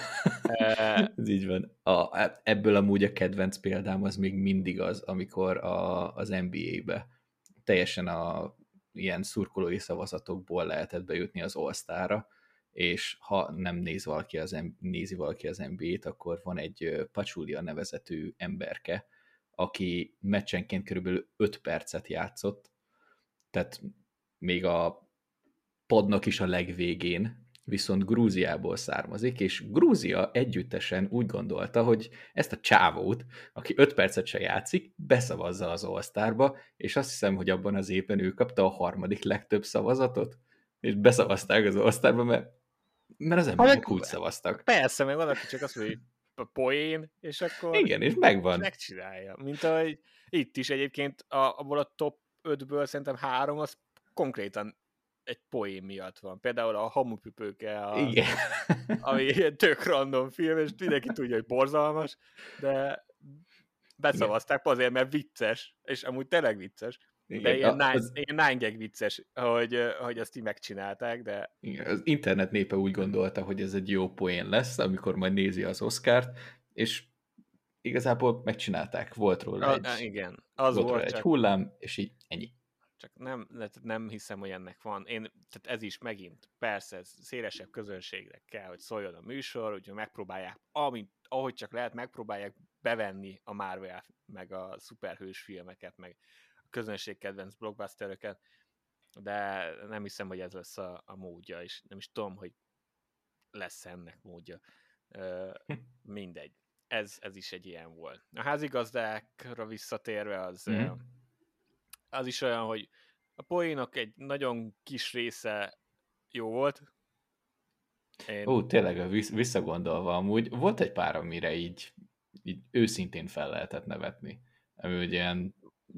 Ez így van. A, ebből amúgy a kedvenc példám az még mindig az, amikor a, az en bé á-be teljesen a ilyen szurkolói szavazatokból lehetett bejutni az All-Starra, és ha nem néz valaki az, nézi valaki az en bé á-t, akkor van egy Pachulia nevezetű emberke, aki meccsenként körülbelül öt percet játszott, tehát még a padnak is a legvégén, viszont Grúziából származik, és Grúzia együttesen úgy gondolta, hogy ezt a csávót, aki öt percet se játszik, beszavazza az All-Starba, és azt hiszem, hogy abban az évben ő kapta a harmadik legtöbb szavazatot, és beszavazták az All-Starba, mert, mert az emberek úgy szavaztak. Persze, mert valaki csak azt mondja, hogy poén, és akkor igen, és megvan. Megcsinálja. Mint ahogy itt is egyébként a, abból a top ötből szerintem három, az konkrétan egy poén miatt van. Például a Hamupipőke, a, igen. ami ilyen tök random film, és mindenki tudja, hogy borzalmas, de beszavazták igen. Azért, mert vicces, és amúgy tényleg vicces. Igen, de ilyen, a, az... ilyen nine gag vicces, hogy, hogy azt így megcsinálták, de... Igen, az internet népe úgy gondolta, hogy ez egy jó poén lesz, amikor majd nézi az Oscart, és igazából megcsinálták. Volt róla a, egy, igen, az volt volt róla csak... egy hullám, és így ennyi. Csak nem, nem hiszem, hogy ennek van. Én, tehát ez is megint, persze, ez szélesebb közönségre kell, hogy szóljon a műsor, úgyhogy megpróbálják, amint, ahogy csak lehet, megpróbálják bevenni a Marvel, meg a szuperhős filmeket, meg a közönség kedvenc blockbusteröket, de nem hiszem, hogy ez lesz a, a módja, és nem is tudom, hogy lesz ennek módja. Ö, mindegy. Ez, ez is egy ilyen volt. A házigazdákra visszatérve az... Mm. Az is olyan, hogy a poénok egy nagyon kis része jó volt. Én... Ó, tényleg, visszagondolva amúgy, volt egy pár, amire így, így őszintén fel lehetett nevetni. Ami ugye ilyen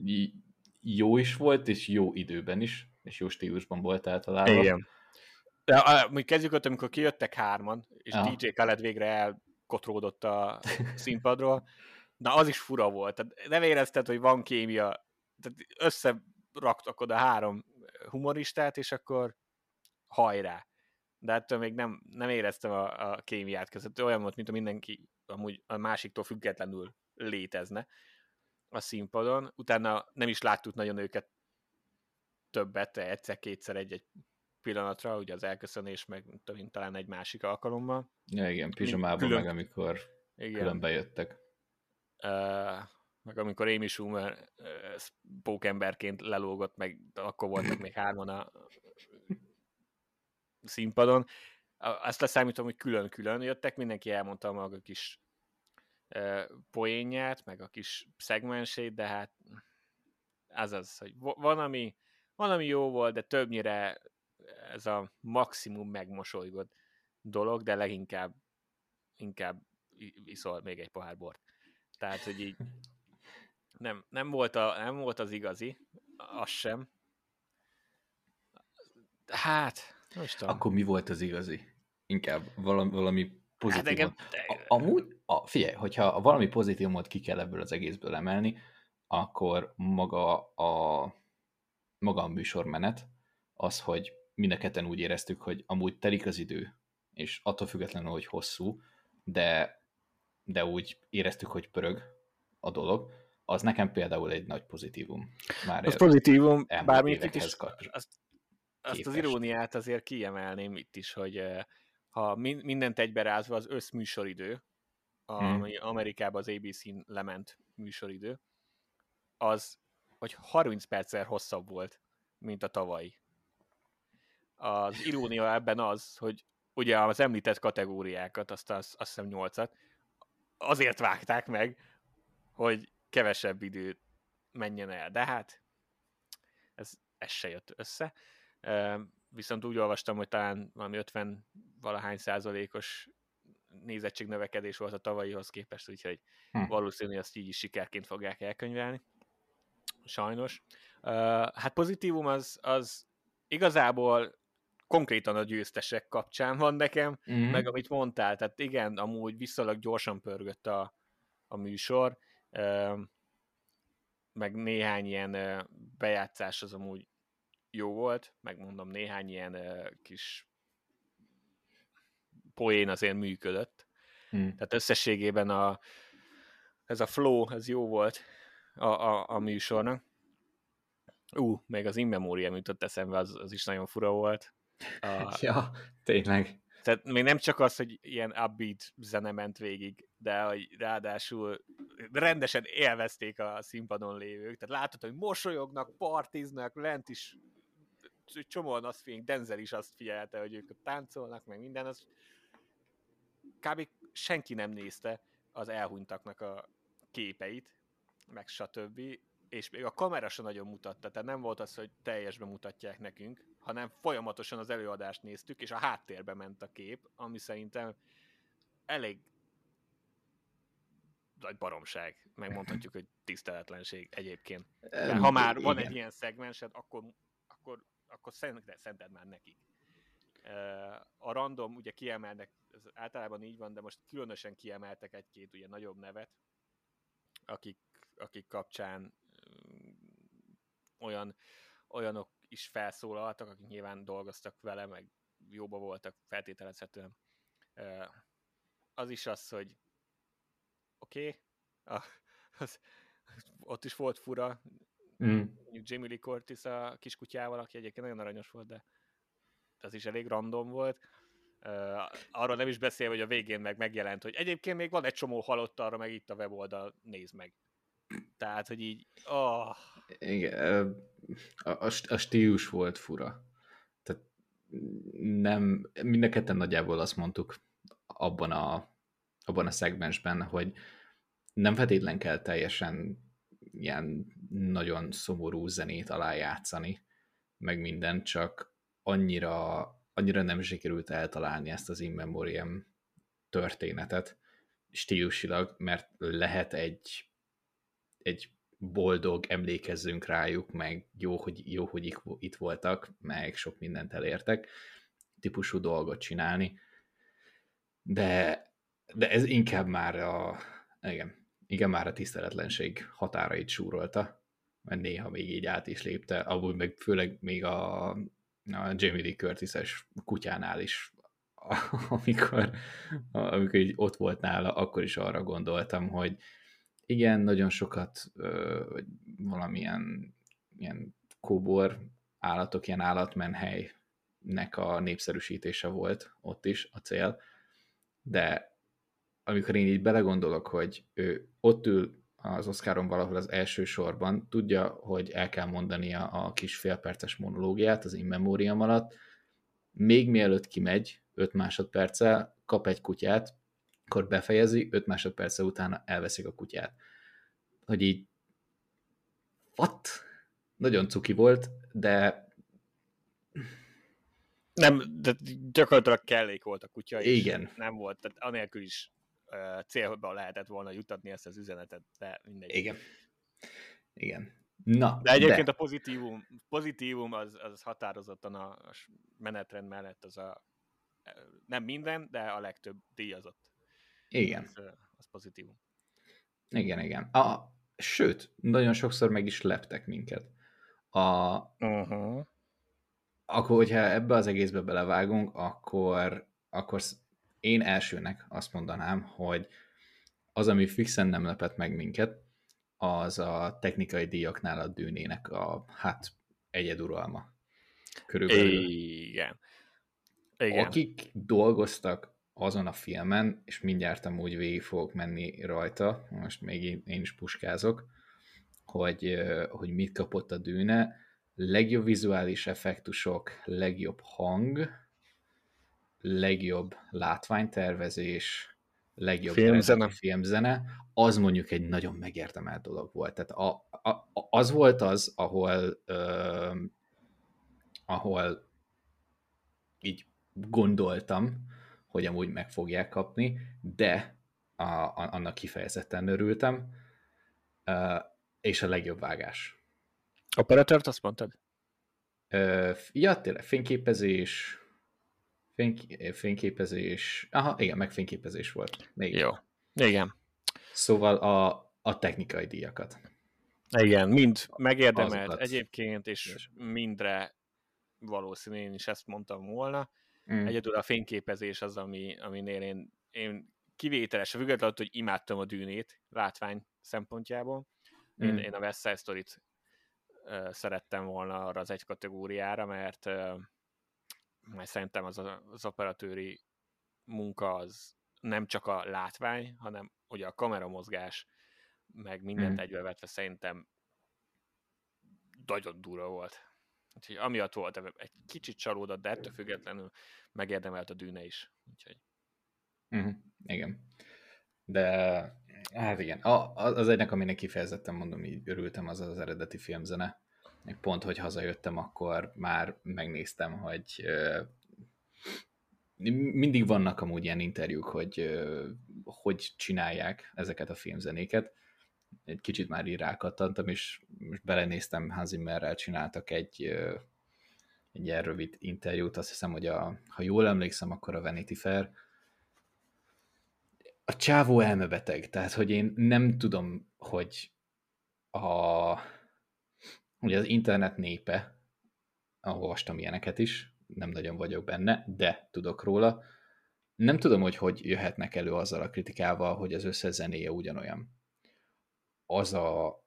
jó is volt, és jó időben is, és jó stílusban volt általában. Igen. De uh, kezdjük ott, amikor kijöttek hárman, és ah. dé dzsé Khaled végre elkotródott a színpadról. Na, az is fura volt. Tehát nem érezted, hogy van kémia. Tehát összeraktak oda három humoristát, és akkor hajrá. de ettől még nem, nem éreztem a, a kémiát között. Olyan volt, mint a mindenki amúgy a másiktól függetlenül létezne a színpadon. Utána nem is láttuk nagyon őket többet, egyszer-kétszer egy-egy pillanatra, ugye az elköszönés, meg tudom, talán egy másik alkalommal. Ja, igen, pizsamában külön... meg amikor igen. külön bejöttek. Uh, meg amikor Amy Schumer uh, pókemberként lelógott, meg akkor voltak még hárman a színpadon. Azt leszámítom, hogy külön-külön jöttek, mindenki elmondta maga kis uh, poénját, meg a kis szegmensét, de hát az az, hogy van ami, van, ami jó volt, de többnyire ez a maximum megmosolygott dolog, de leginkább inkább iszol még egy pohár bort. Tehát, hogy így nem, nem, volt, a, nem volt az igazi, az sem. Hát, most akkor mi volt az igazi? Inkább valami, valami pozitívum. Hát, amúgy, a, figyelj, hogyha valami pozitívumot ki kell ebből az egészből emelni, akkor maga a, maga a műsormenet, az, hogy mind a ketten úgy éreztük, hogy amúgy telik az idő, és attól függetlenül, hogy hosszú, de, de úgy éreztük, hogy pörög a dolog, az nekem például egy nagy pozitívum. Már az pozitívum, bármit is, azt, azt az iróniát azért kiemelném itt is, hogy ha mindent egyberázva az összműsoridő, ami hmm. Amerikában az á bé cén lement műsoridő, az, hogy harminc perccel hosszabb volt, mint a tavalyi. Az irónia ebben az, hogy ugye az említett kategóriákat, azt, azt, azt hiszem nyolcat, azért vágták meg, hogy kevesebb idő menjen el. De hát ez, ez se jött össze. Viszont úgy olvastam, hogy talán valami ötven valahány százalékos nézettségnövekedés volt a tavalyihoz képest, úgyhogy hm. valószínűleg azt így is sikerként fogják elkönyvelni. Sajnos. Hát pozitívum az, az igazából konkrétan a győztesek kapcsán van nekem, mm-hmm. meg amit mondtál, tehát igen, amúgy viszonylag gyorsan pörgött a, a műsor, meg néhány ilyen bejátszás az amúgy jó volt, megmondom, néhány ilyen kis poén azért működött. Mm. Tehát összességében a, ez a flow, ez jó volt a, a, a műsornak. Ú, uh, még az In Memoriam jutott eszembe, az, az is nagyon fura volt. A, ja, tényleg. Tehát még nem csak az, hogy ilyen upbeat zene ment végig, de hogy ráadásul rendesen élvezték a színpadon lévők. Tehát látod, hogy mosolyognak, partiznak, lent is csomóan azt figyelik, Denzel is azt figyelte, hogy ők táncolnak, meg minden. Az kb. Senki nem nézte az elhunytaknak a képeit, meg stb. És még a kamera sem nagyon mutatta, tehát nem volt az, hogy teljesben mutatják nekünk, hanem folyamatosan az előadást néztük, és a háttérbe ment a kép, ami szerintem elég nagy baromság, megmondhatjuk, hogy tiszteletlenség egyébként. De ha már van egy ilyen szegmensed, akkor, akkor, akkor szented már nekik. A random ugye kiemelnek, ez általában így van, de most különösen kiemeltek egy-két ugye nagyobb nevet, akik, akik kapcsán olyan, olyanok is felszólaltak, akik nyilván dolgoztak vele, meg jóba voltak feltételezhetően. Az is az, hogy oké, okay, ott is volt fura, mm. Jamie Lee Curtis a kiskutyával, aki egyébként nagyon aranyos volt, de az is elég random volt. Arról nem is beszél, hogy a végén meg megjelent, hogy egyébként még van egy csomó halott, arra meg itt a weboldal, nézd meg. Tehát, hogy így... Oh. Igen, a, a, a stílus volt fura. Tehát nem, mind a ketten nagyjából azt mondtuk abban a, abban a szegmensben, hogy nem feltétlen kell teljesen ilyen nagyon szomorú zenét alá játszani, meg minden, csak annyira, annyira nem sikerült eltalálni ezt az In Memoriam történetet stílusilag, mert lehet egy egy boldog, emlékezzünk rájuk, meg jó, hogy, jó, hogy itt voltak, meg sok mindent elértek, típusú dolgot csinálni, de, de ez inkább már a, igen, igen, már a tiszteletlenség határait súrolta, mert néha még így át is lépte, abból meg főleg még a, a Jamie Lee Curtis-es kutyánál is amikor, amikor így ott volt nála, akkor is arra gondoltam, hogy igen, nagyon sokat ö, valamilyen ilyen kóbor állatok, ilyen állatmenhelynek a népszerűsítése volt ott is a cél, de amikor én így belegondolok, hogy ő ott ül az Oscaron valahol az első sorban, tudja, hogy el kell mondania a kis félperces monológiát az in memoriam alatt, még mielőtt kimegy, öt másodperccel kap egy kutyát, akkor befejezi, öt másodperce utána elveszik a kutyát. Hogy így, what? Nagyon cuki volt, de nem, de gyakorlatilag kellék volt a kutya, és igen. nem volt, tehát anélkül is uh, célba lehetett volna jutatni ezt az üzenetet, de mindegy. Igen. Igen. Na, de egyébként de. a pozitívum, pozitívum az, az határozottan a menetrend mellett az a nem minden, de a legtöbb díjazott. Igen. Az, az pozitívum. Igen, igen. A, sőt, nagyon sokszor meg is leptek minket. A, uh-huh. Akkor, hogyha ebbe az egészbe belevágunk, akkor, akkor én elsőnek azt mondanám, hogy az, ami fixen nem lepett meg minket, az a technikai díjaknál a Dűnének a, hát, egyeduralma. Körülbelül. Igen. Igen. Akik dolgoztak azon a filmen, és mindjárt amúgy végig fogok menni rajta, most még én is puskázok, hogy, hogy mit kapott a Dűne, legjobb vizuális effektusok, legjobb hang, legjobb látványtervezés, legjobb filmzene. filmzene, az mondjuk egy nagyon megérdemelt dolog volt. Tehát a, a, az volt az, ahol, ö, ahol így gondoltam, hogy amúgy meg fogják kapni, de a, a, annak kifejezetten örültem, ö, és a legjobb vágás. Operatort azt mondtad? Ö, ja, tényleg, fényképezés, fény, fényképezés, aha, igen, meg fényképezés volt. Még. Jó, igen. Szóval a, a technikai díjakat. Igen, mind megérdemelt Azokat. egyébként, és yes. mindre valószínű, én is ezt mondtam volna. Mm. Egyedül a fényképezés az, ami, aminél én, én kivételes, függetlenül, hogy imádtam a Dűnét látvány szempontjából. Én, mm. én a West Side Story-t uh, szerettem volna arra az egy kategóriára, mert, uh, mert szerintem az, az operatőri munka az nem csak a látvány, hanem ugye a kameramozgás, meg mindent mm. egybevetve szerintem nagyon durva volt. Úgyhogy amiatt volt egy kicsit csalódott, de ettől függetlenül megérdemelt a Dűne is. Úgyhogy... Mm, igen. De hát igen, a, az egynek, aminek kifejezetten mondom, így örültem, az az eredeti filmzene. Pont, hogy hazajöttem, akkor már megnéztem, hogy euh, mindig vannak amúgy ilyen interjúk, hogy euh, hogy csinálják ezeket a filmzenéket. Egy kicsit már így rákattantam, és most belenéztem, Hans Zimmerrel csináltak egy, egy ilyen rövid interjút, azt hiszem, hogy a, ha jól emlékszem, akkor a Vanity Fair. A csávó elmebeteg, tehát, hogy én nem tudom, hogy a, ugye az internet népe, olvastam ilyeneket is, nem nagyon vagyok benne, de tudok róla. Nem tudom, hogy hogy jöhetnek elő azzal a kritikával, hogy az összes zenéje ugyanolyan. Az a,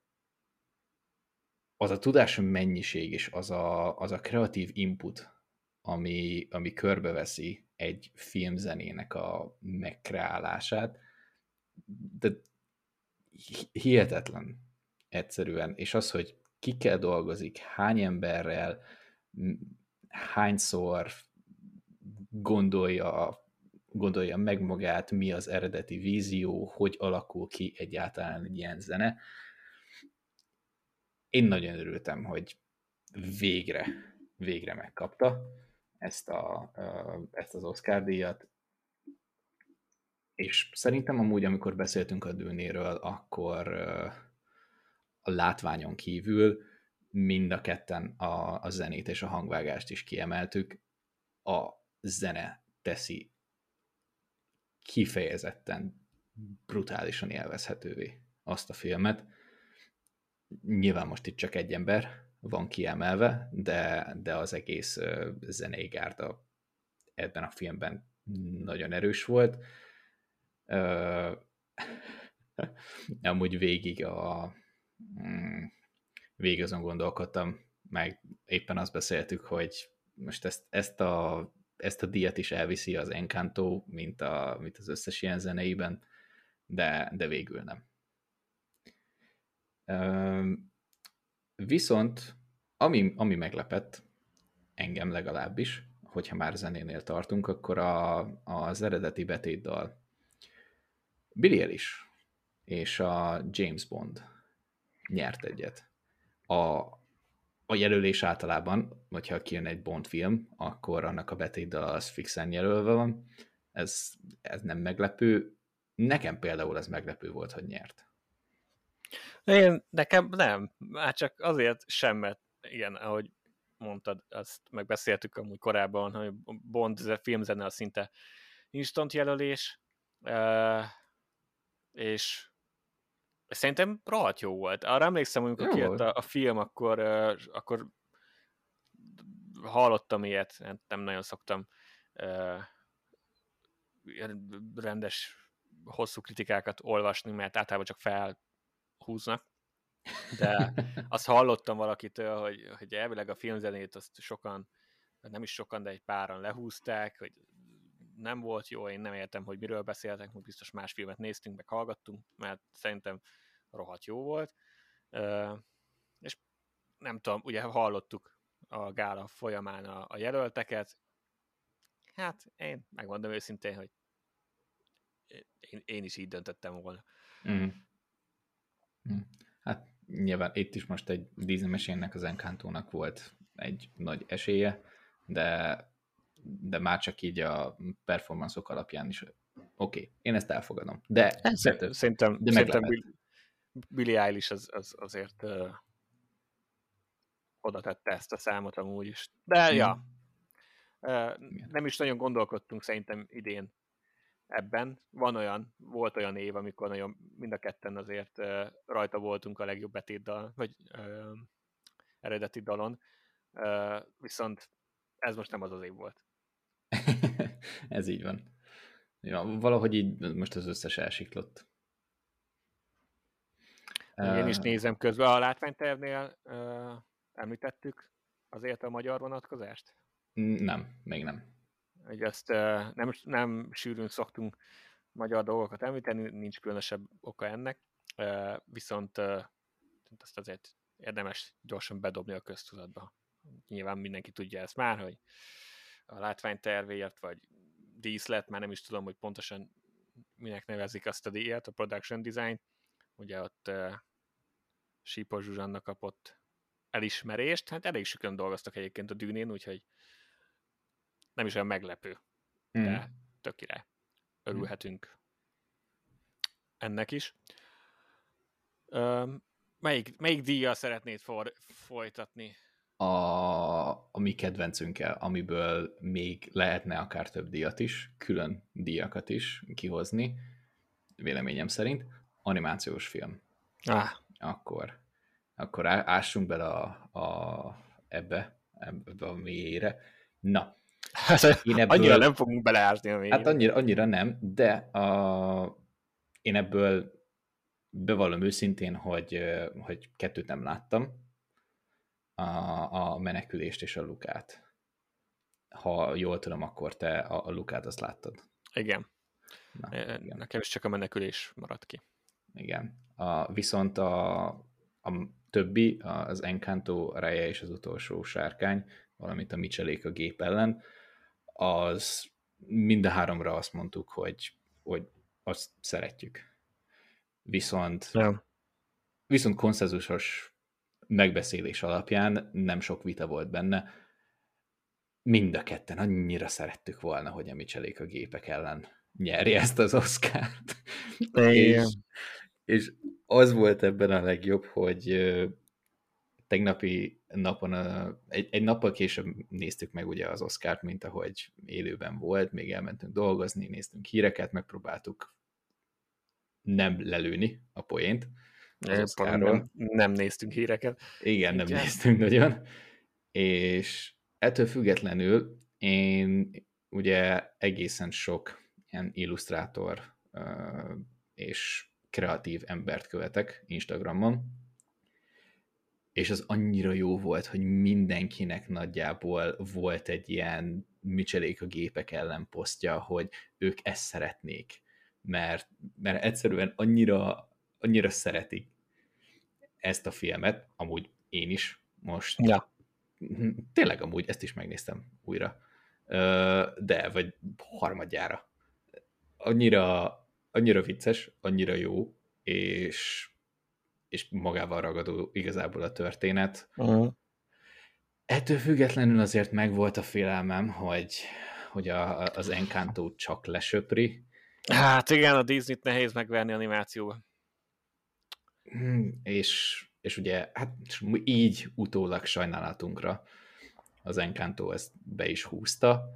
az a tudás mennyiség és az a, az a kreatív input, ami, ami körbeveszi egy filmzenének a megkreálását, de hihetetlen egyszerűen. És az, hogy kikkel dolgozik, hány emberrel, hányszor gondolja, gondolja meg magát, mi az eredeti vízió, hogy alakul ki egyáltalán egy ilyen zene. Én nagyon örültem, hogy végre, végre megkapta ezt, a, ezt az Oscar-díjat, és szerintem amúgy, amikor beszéltünk a Dűnéről, akkor a látványon kívül mind a ketten a, a zenét és a hangvágást is kiemeltük. A zene teszi kifejezetten brutálisan élvezhetővé azt a filmet. Nyilván most itt csak egy ember van kiemelve, de, de az egész zenei gárda ebben a filmben nagyon erős volt. Amúgy végig a mm, végig azon gondolkodtam, meg éppen azt beszéltük, hogy most ezt, ezt, a, ezt a díjat is elviszi az Encanto, mint, a, mint az összes ilyen zeneiben, de, de végül nem. Viszont ami, ami meglepett, engem legalábbis, hogyha már zenénél tartunk, akkor a, az eredeti betétdal Billie Eilish és a James Bond nyert egyet. A, a jelölés általában, hogyha kijön egy Bond film, akkor annak a betétdal az fixen jelölve van. Ez, ez nem meglepő. Nekem például ez meglepő volt, hogy nyert. Én, nekem nem. Már csak azért sem, mert igen, ahogy mondtad, azt megbeszéltük amúgy korábban, hogy Bond filmzene az szinte instant jelölés, és szerintem rohadt jó volt. Arra emlékszem, amikor jó kijött a, a film, akkor, akkor hallottam ilyet, nem nagyon szoktam rendes, hosszú kritikákat olvasni, mert általában csak felhúznak. De azt hallottam valakitől, hogy, hogy elvileg a filmzenét azt sokan, nem is sokan, de egy páran lehúzták, hogy nem volt jó, én nem értem, hogy miről beszéltek, most biztos más filmet néztünk, meg hallgattunk, mert szerintem rohadt jó volt. És nem tudom, ugye hallottuk a gála folyamán a, a jelölteket. Hát én megmondom őszintén, hogy én, én is így döntöttem volna. Mm. Mm. Hát nyilván itt is most egy Disney mesénnek, az Encantónak volt egy nagy esélye, de, de már csak így a performanszok alapján is oké, okay, én ezt elfogadom. De, de szerintem, de szerintem Billie Eilish az, az azért uh, oda tette ezt a számot amúgy is. De mm. ja, uh, nem is nagyon gondolkodtunk szerintem idén ebben. Van olyan, volt olyan év, amikor nagyon mind a ketten azért uh, rajta voltunk a legjobb betétdal, vagy uh, eredeti dalon, uh, viszont ez most nem az az év volt. Ez így van. Ja, valahogy így most az összes elsiklott. Én is nézem közben a látványtervnél, uh, említettük azért a magyar vonatkozást? Nem, még nem. Hogy ezt uh, nem, nem sűrűn szoktunk magyar dolgokat említeni, nincs különösebb oka ennek, uh, viszont uh, azt azért érdemes gyorsan bedobni a köztudatba. Nyilván mindenki tudja ezt már, hogy a látványtervéért, vagy díszlet, már nem is tudom, hogy pontosan minek nevezik azt a díjat, a production design, ugye ott uh, Sípos Zsuzsanna kapott elismerést, hát elég sokan dolgoztak egyébként a Dűnén, úgyhogy nem is olyan meglepő, mm. de tök király. Örülhetünk mm. ennek is. Um, melyik, melyik díjjal szeretnéd for, folytatni? A, a mi kedvencünkkel, amiből még lehetne akár több díjat is, külön díjakat is kihozni, véleményem szerint, animációs film. Ah. Akkor, akkor ássunk bele a, a, ebbe, ebbe a mélyére. Na. Hát, ebből, annyira nem fogunk beleásni a mélyére. Hát annyira, annyira nem, de a, én ebből bevallom őszintén, hogy, hogy kettőt nem láttam. A, a menekülést és a Lukát. Ha jól tudom, akkor te a, a Lukát azt láttad. Igen. Na, igen. Nekem is csak a menekülés maradt ki. Igen. A, viszont a, a többi, az Encanto, Raya és az utolsó sárkány, valamint a Michelék a gép ellen, az mind a háromra azt mondtuk, hogy, hogy azt szeretjük. Viszont, ja. viszont konszenzusos megbeszélés alapján nem sok vita volt benne. Mind a ketten annyira szerettük volna, hogy a Michelék a gépek ellen nyerje ezt az Oscart. és, és az volt ebben a legjobb, hogy uh, tegnapi napon, uh, egy, egy nappal később néztük meg ugye az Oscart, mint ahogy élőben volt, még elmentünk dolgozni, néztünk híreket, megpróbáltuk nem lelőni a poént. Nem, nem néztünk híreket. Igen, nem Így néztünk nagyon. És ettől függetlenül én, ugye egészen sok ilyen illusztrátor és kreatív embert követek Instagramon, és az annyira jó volt, hogy mindenkinek nagyjából volt egy ilyen micselék a gépek ellen posztja, hogy ők ezt szeretnék, mert, mert egyszerűen annyira, annyira szeretik ezt a filmet, amúgy én is most, Ja. tényleg amúgy ezt is megnéztem újra, de, vagy harmadjára. Annyira, annyira vicces, annyira jó, és, és magával ragadó igazából a történet. Uh-huh. Ettől függetlenül azért megvolt a félelmem, hogy, hogy a, az Encanto csak lesöpri. Hát igen, a Disney-t nehéz megverni animációba. És, és ugye, hát így utólag sajnálatunkra az Encanto ezt be is húzta.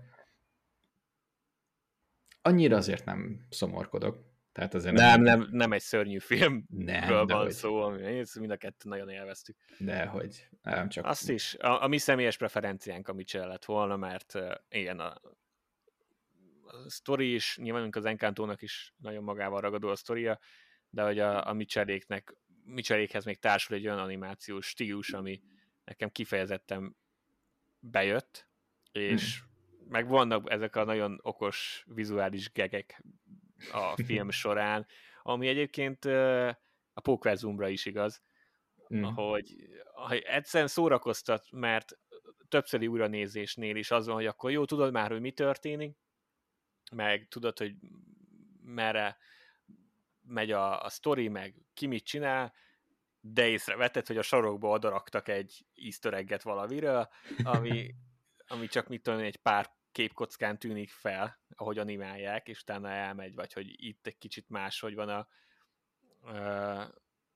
Annyira azért nem szomorkodok. Tehát azért nem, nem, nem, nem egy szörnyű filmről van hogy. szó, ami mind a kettő nagyon élveztük. Dehogy. Nem csak... Azt is, a, a mi személyes preferenciánk, amit se lett volna, mert uh, igen, a, a sztori is, nyilván az Encantónak is nagyon magával ragadó a sztoria, de hogy a, a Micseréknek, Micserékhez még társul egy olyan animációs stílus, ami nekem kifejezetten bejött, és hmm. meg vannak ezek a nagyon okos vizuális gegek a film során, ami egyébként uh, a Pókverzumra is igaz, mm. hogy, hogy egyszerűen szórakoztat, mert többszöri újranézésnél is az van, hogy akkor jó, tudod már, hogy mi történik, meg tudod, hogy merre megy a, a sztori, meg ki mit csinál, de észrevetted, hogy a sarokba odaraktak egy easter egget valaviről, ami, ami csak mit tudom, egy pár képkockán tűnik fel, ahogy animálják, és utána elmegy, vagy hogy itt egy kicsit máshogy van a uh,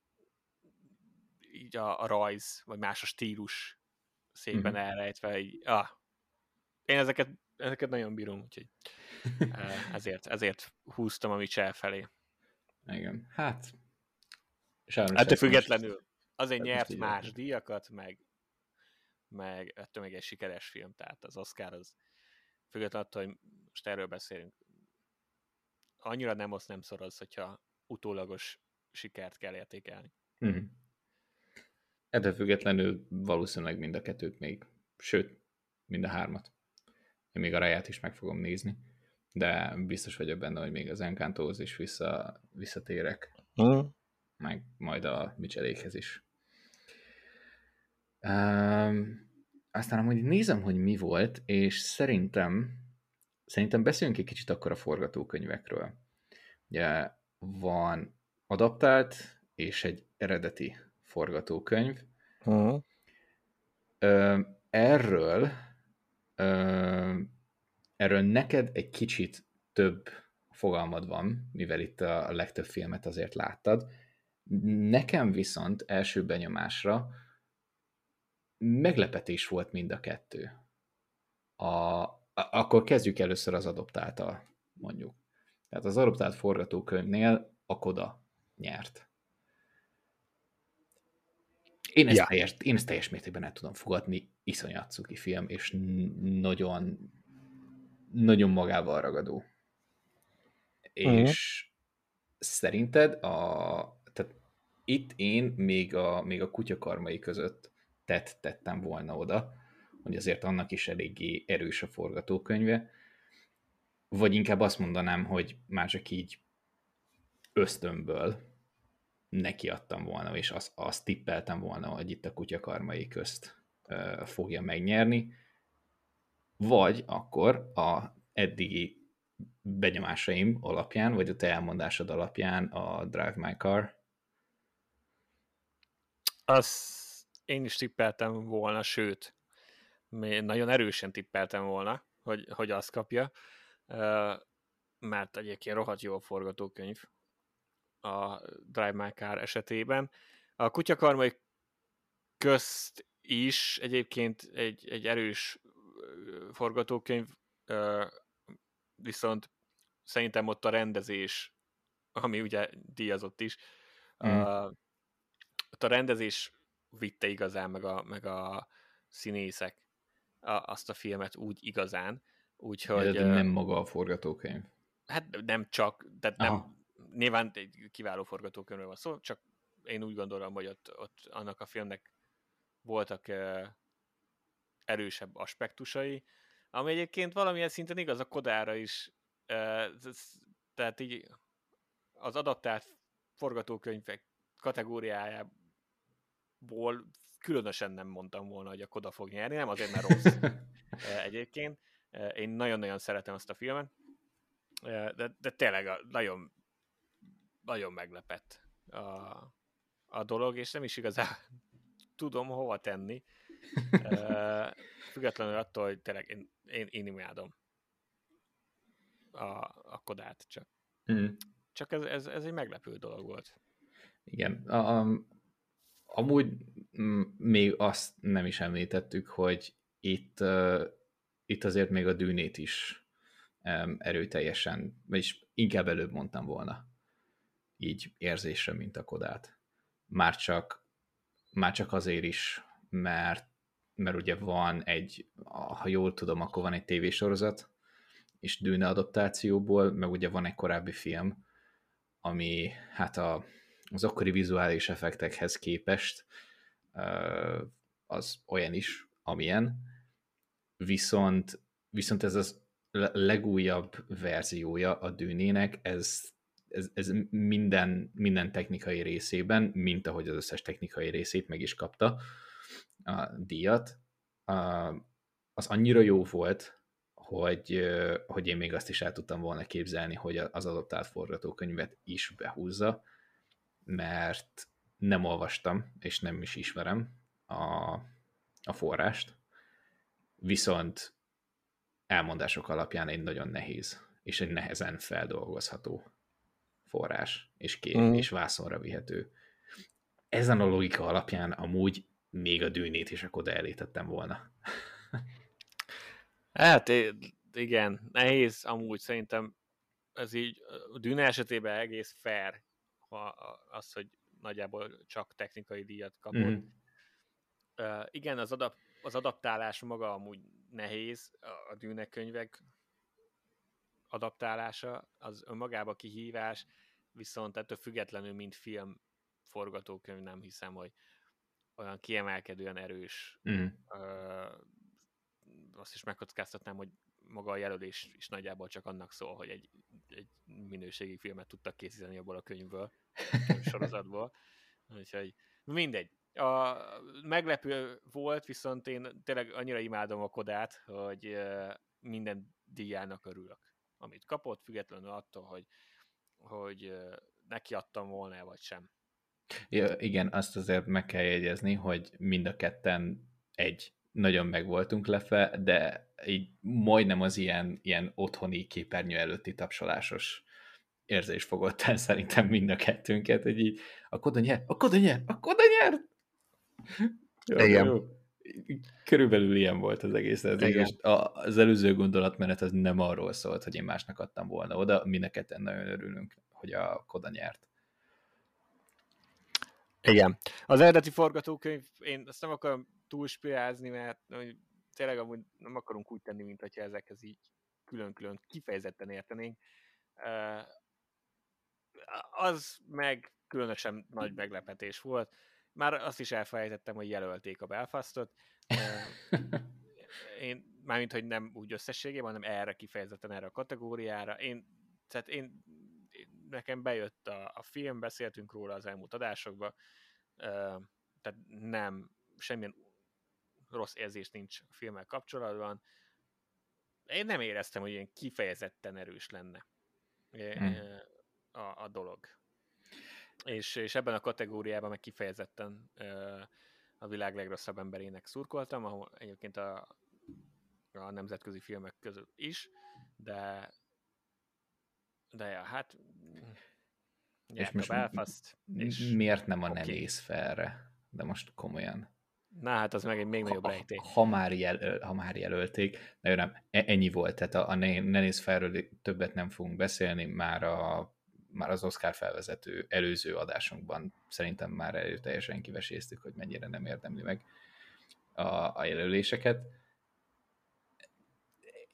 így a, a rajz, vagy más a stílus szépen uh-huh. elrejtve, így, ah, én ezeket, ezeket nagyon bírom, úgyhogy uh, ezért, ezért húztam a Mitchell felé. Igen, hát ettől függetlenül most, azért nyert más jön. díjakat, meg, meg ettől még egy sikeres film, tehát az Oscar az függetlenül attól, hogy most erről beszélünk, annyira nem osz, nem szoroz, hogyha utólagos sikert kell értékelni. Uh-huh. Ettől függetlenül valószínűleg mind a kettőt még, sőt, mind a hármat. Én még a Ráját is meg fogom nézni, de biztos vagyok benne, hogy még az Encantóhoz is vissza, visszatérek, uh-huh. meg majd a Michelékhez is. Um, aztán amúgy nézem, hogy mi volt, és szerintem szerintem beszéljünk egy kicsit akkor a forgatókönyvekről. Ugye van adaptált és egy eredeti forgatókönyv. Uh-huh. Erről erről neked egy kicsit több fogalmad van, mivel itt a legtöbb filmet azért láttad. Nekem viszont első benyomásra meglepetés volt mind a kettő. A, a, akkor kezdjük először az adoptáltal, mondjuk. Tehát az adoptált forgatókönyvnél a Coda nyert. Én ezt, ja. teljes, én ezt teljes mértékben el tudom fogadni, iszonyat cuki film, és nagyon, nagyon magával ragadó. Uh-huh. És szerinted a, tehát itt én még a, még a kutyakarmai között tett, tettem volna oda, hogy azért annak is eléggé erős a forgatókönyve, vagy inkább azt mondanám, hogy már csak így ösztönből nekiadtam volna, és azt, azt tippeltem volna, hogy itt a kutyakarmai közt uh, fogja megnyerni, vagy akkor a eddigi benyomásaim alapján, vagy a te elmondásod alapján a Drive My Car. Azt én is tippeltem volna, sőt, nagyon erősen tippeltem volna, hogy, hogy azt kapja, mert egyébként rohadt jó a forgatókönyv a Drive My Car esetében. A kutyakarmai közt is egyébként egy, egy erős forgatókönyv, viszont szerintem ott a rendezés, ami ugye díjazott is, mm. a, ott a rendezés vitte igazán, meg a, meg a színészek a, azt a filmet úgy igazán, Úgyhogy... Ja, nem maga a forgatókönyv. Hát nem csak, tehát nem, Aha. nyilván egy kiváló forgatókönyvről van szó, csak én úgy gondolom, hogy ott, ott annak a filmnek voltak uh, erősebb aspektusai, ami egyébként valamilyen szinten igaz a Kodára is, uh, tehát így az adaptált forgatókönyvek kategóriájából különösen nem mondtam volna, hogy a Koda fog nyerni, nem azért, mert rossz uh, egyébként. Uh, én nagyon-nagyon szeretem azt a filmet, uh, de, de tényleg a, nagyon nagyon meglepett a, a dolog, és nem is igazán tudom hova tenni. Uh, függetlenül attól, hogy tényleg én, én, én imádom a, a Kodát, csak, Mm. csak ez, ez, ez egy meglepő dolog volt. Igen. A, a, amúgy m- még azt nem is említettük, hogy itt, uh, itt azért még a Dűnét is um, erőteljesen, vagyis inkább előbb mondtam volna így érzésre, mint a Kodát. Már csak, már csak azért is, mert, mert ugye van egy, ha jól tudom, akkor van egy tévésorozat, és Dűne adaptációból, meg ugye van egy korábbi film, ami hát a, az akkori vizuális effektekhez képest az olyan is, amilyen, viszont, viszont ez az legújabb verziója a Dűnének, ez, ez, ez minden, minden technikai részében, mint ahogy az összes technikai részét meg is kapta a díjat, az annyira jó volt, hogy, hogy én még azt is el tudtam volna képzelni, hogy az adaptált forgatókönyvet is behúzza, mert nem olvastam, és nem is ismerem a, a forrást, viszont elmondások alapján egy nagyon nehéz, és egy nehezen feldolgozható forrás, és kép, mm. és vászonra vihető. Ezen a logika alapján amúgy még a Dűnét is akkor elé tettem volna. Hát igen, nehéz amúgy szerintem ez így a Dűne esetében egész fair, ha az, hogy nagyjából csak technikai díjat kapott. Mm. Uh, igen, az, adap, az adaptálás maga amúgy nehéz, a, a Dűne könyvek adaptálása, az önmagában kihívás, viszont ettől függetlenül, mint film forgatókönyv, nem hiszem, hogy olyan kiemelkedően erős. Mm. Uh, azt is megkockáztatnám, hogy maga a jelölés is nagyjából csak annak szól, hogy egy, egy minőségi filmet tudtak készíteni abból a könyvből, sorozatból. Úgyhogy mindegy. A meglepő volt, viszont én tényleg annyira imádom a Kodát, hogy minden díjának örülök, amit kapott, függetlenül attól, hogy, hogy neki adtam volna, vagy sem. Ja, igen, azt azért meg kell jegyezni, hogy mind a ketten egy nagyon meg voltunk lepve, de így majdnem az ilyen, ilyen otthoni képernyő előtti tapsolásos érzés fogott el szerintem mind a kettőnket, hogy így a Koda nyer, a Koda nyer, a Koda nyer! Jó, igen. Jó. Körülbelül ilyen volt az egész. Az, és az előző gondolatmenet az nem arról szólt, hogy én másnak adtam volna oda, mind a ketten nagyon örülünk, hogy a Koda nyert. Igen. Az eredeti forgatókönyv, én azt nem akarom túlspirázni, mert tényleg amúgy nem akarunk úgy tenni, mint hogyha ezekhez így külön-külön kifejezetten értenénk. Az meg különösen nagy meglepetés volt. Már azt is elfelejtettem, hogy jelölték a Belfastot. Én, mármint, hogy nem úgy összességében, hanem erre kifejezetten erre a kategóriára. Én, tehát én, nekem bejött a, a film, beszéltünk róla az elmúlt adásokban, tehát nem, semmilyen rossz érzés nincs a filmmel kapcsolatban. Én nem éreztem, hogy ilyen kifejezetten erős lenne hmm. a, a dolog. És, és ebben a kategóriában meg kifejezetten a világ legrosszabb emberének szurkoltam, ahol egyébként a, a nemzetközi filmek között is, de de ja, hát és most a Belfast, és miért nem a okay. Ne néz felre? De most komolyan. Na hát az meg egy még nagyobb rejtély. Ha, ha, már jel, ha már jelölték, de nem, ennyi volt, tehát a, a Ne, ne néz felről többet nem fogunk beszélni, már, a, már az Oscar felvezető előző adásunkban szerintem már erőteljesen kiveséztük, hogy mennyire nem érdemli meg a, a jelöléseket.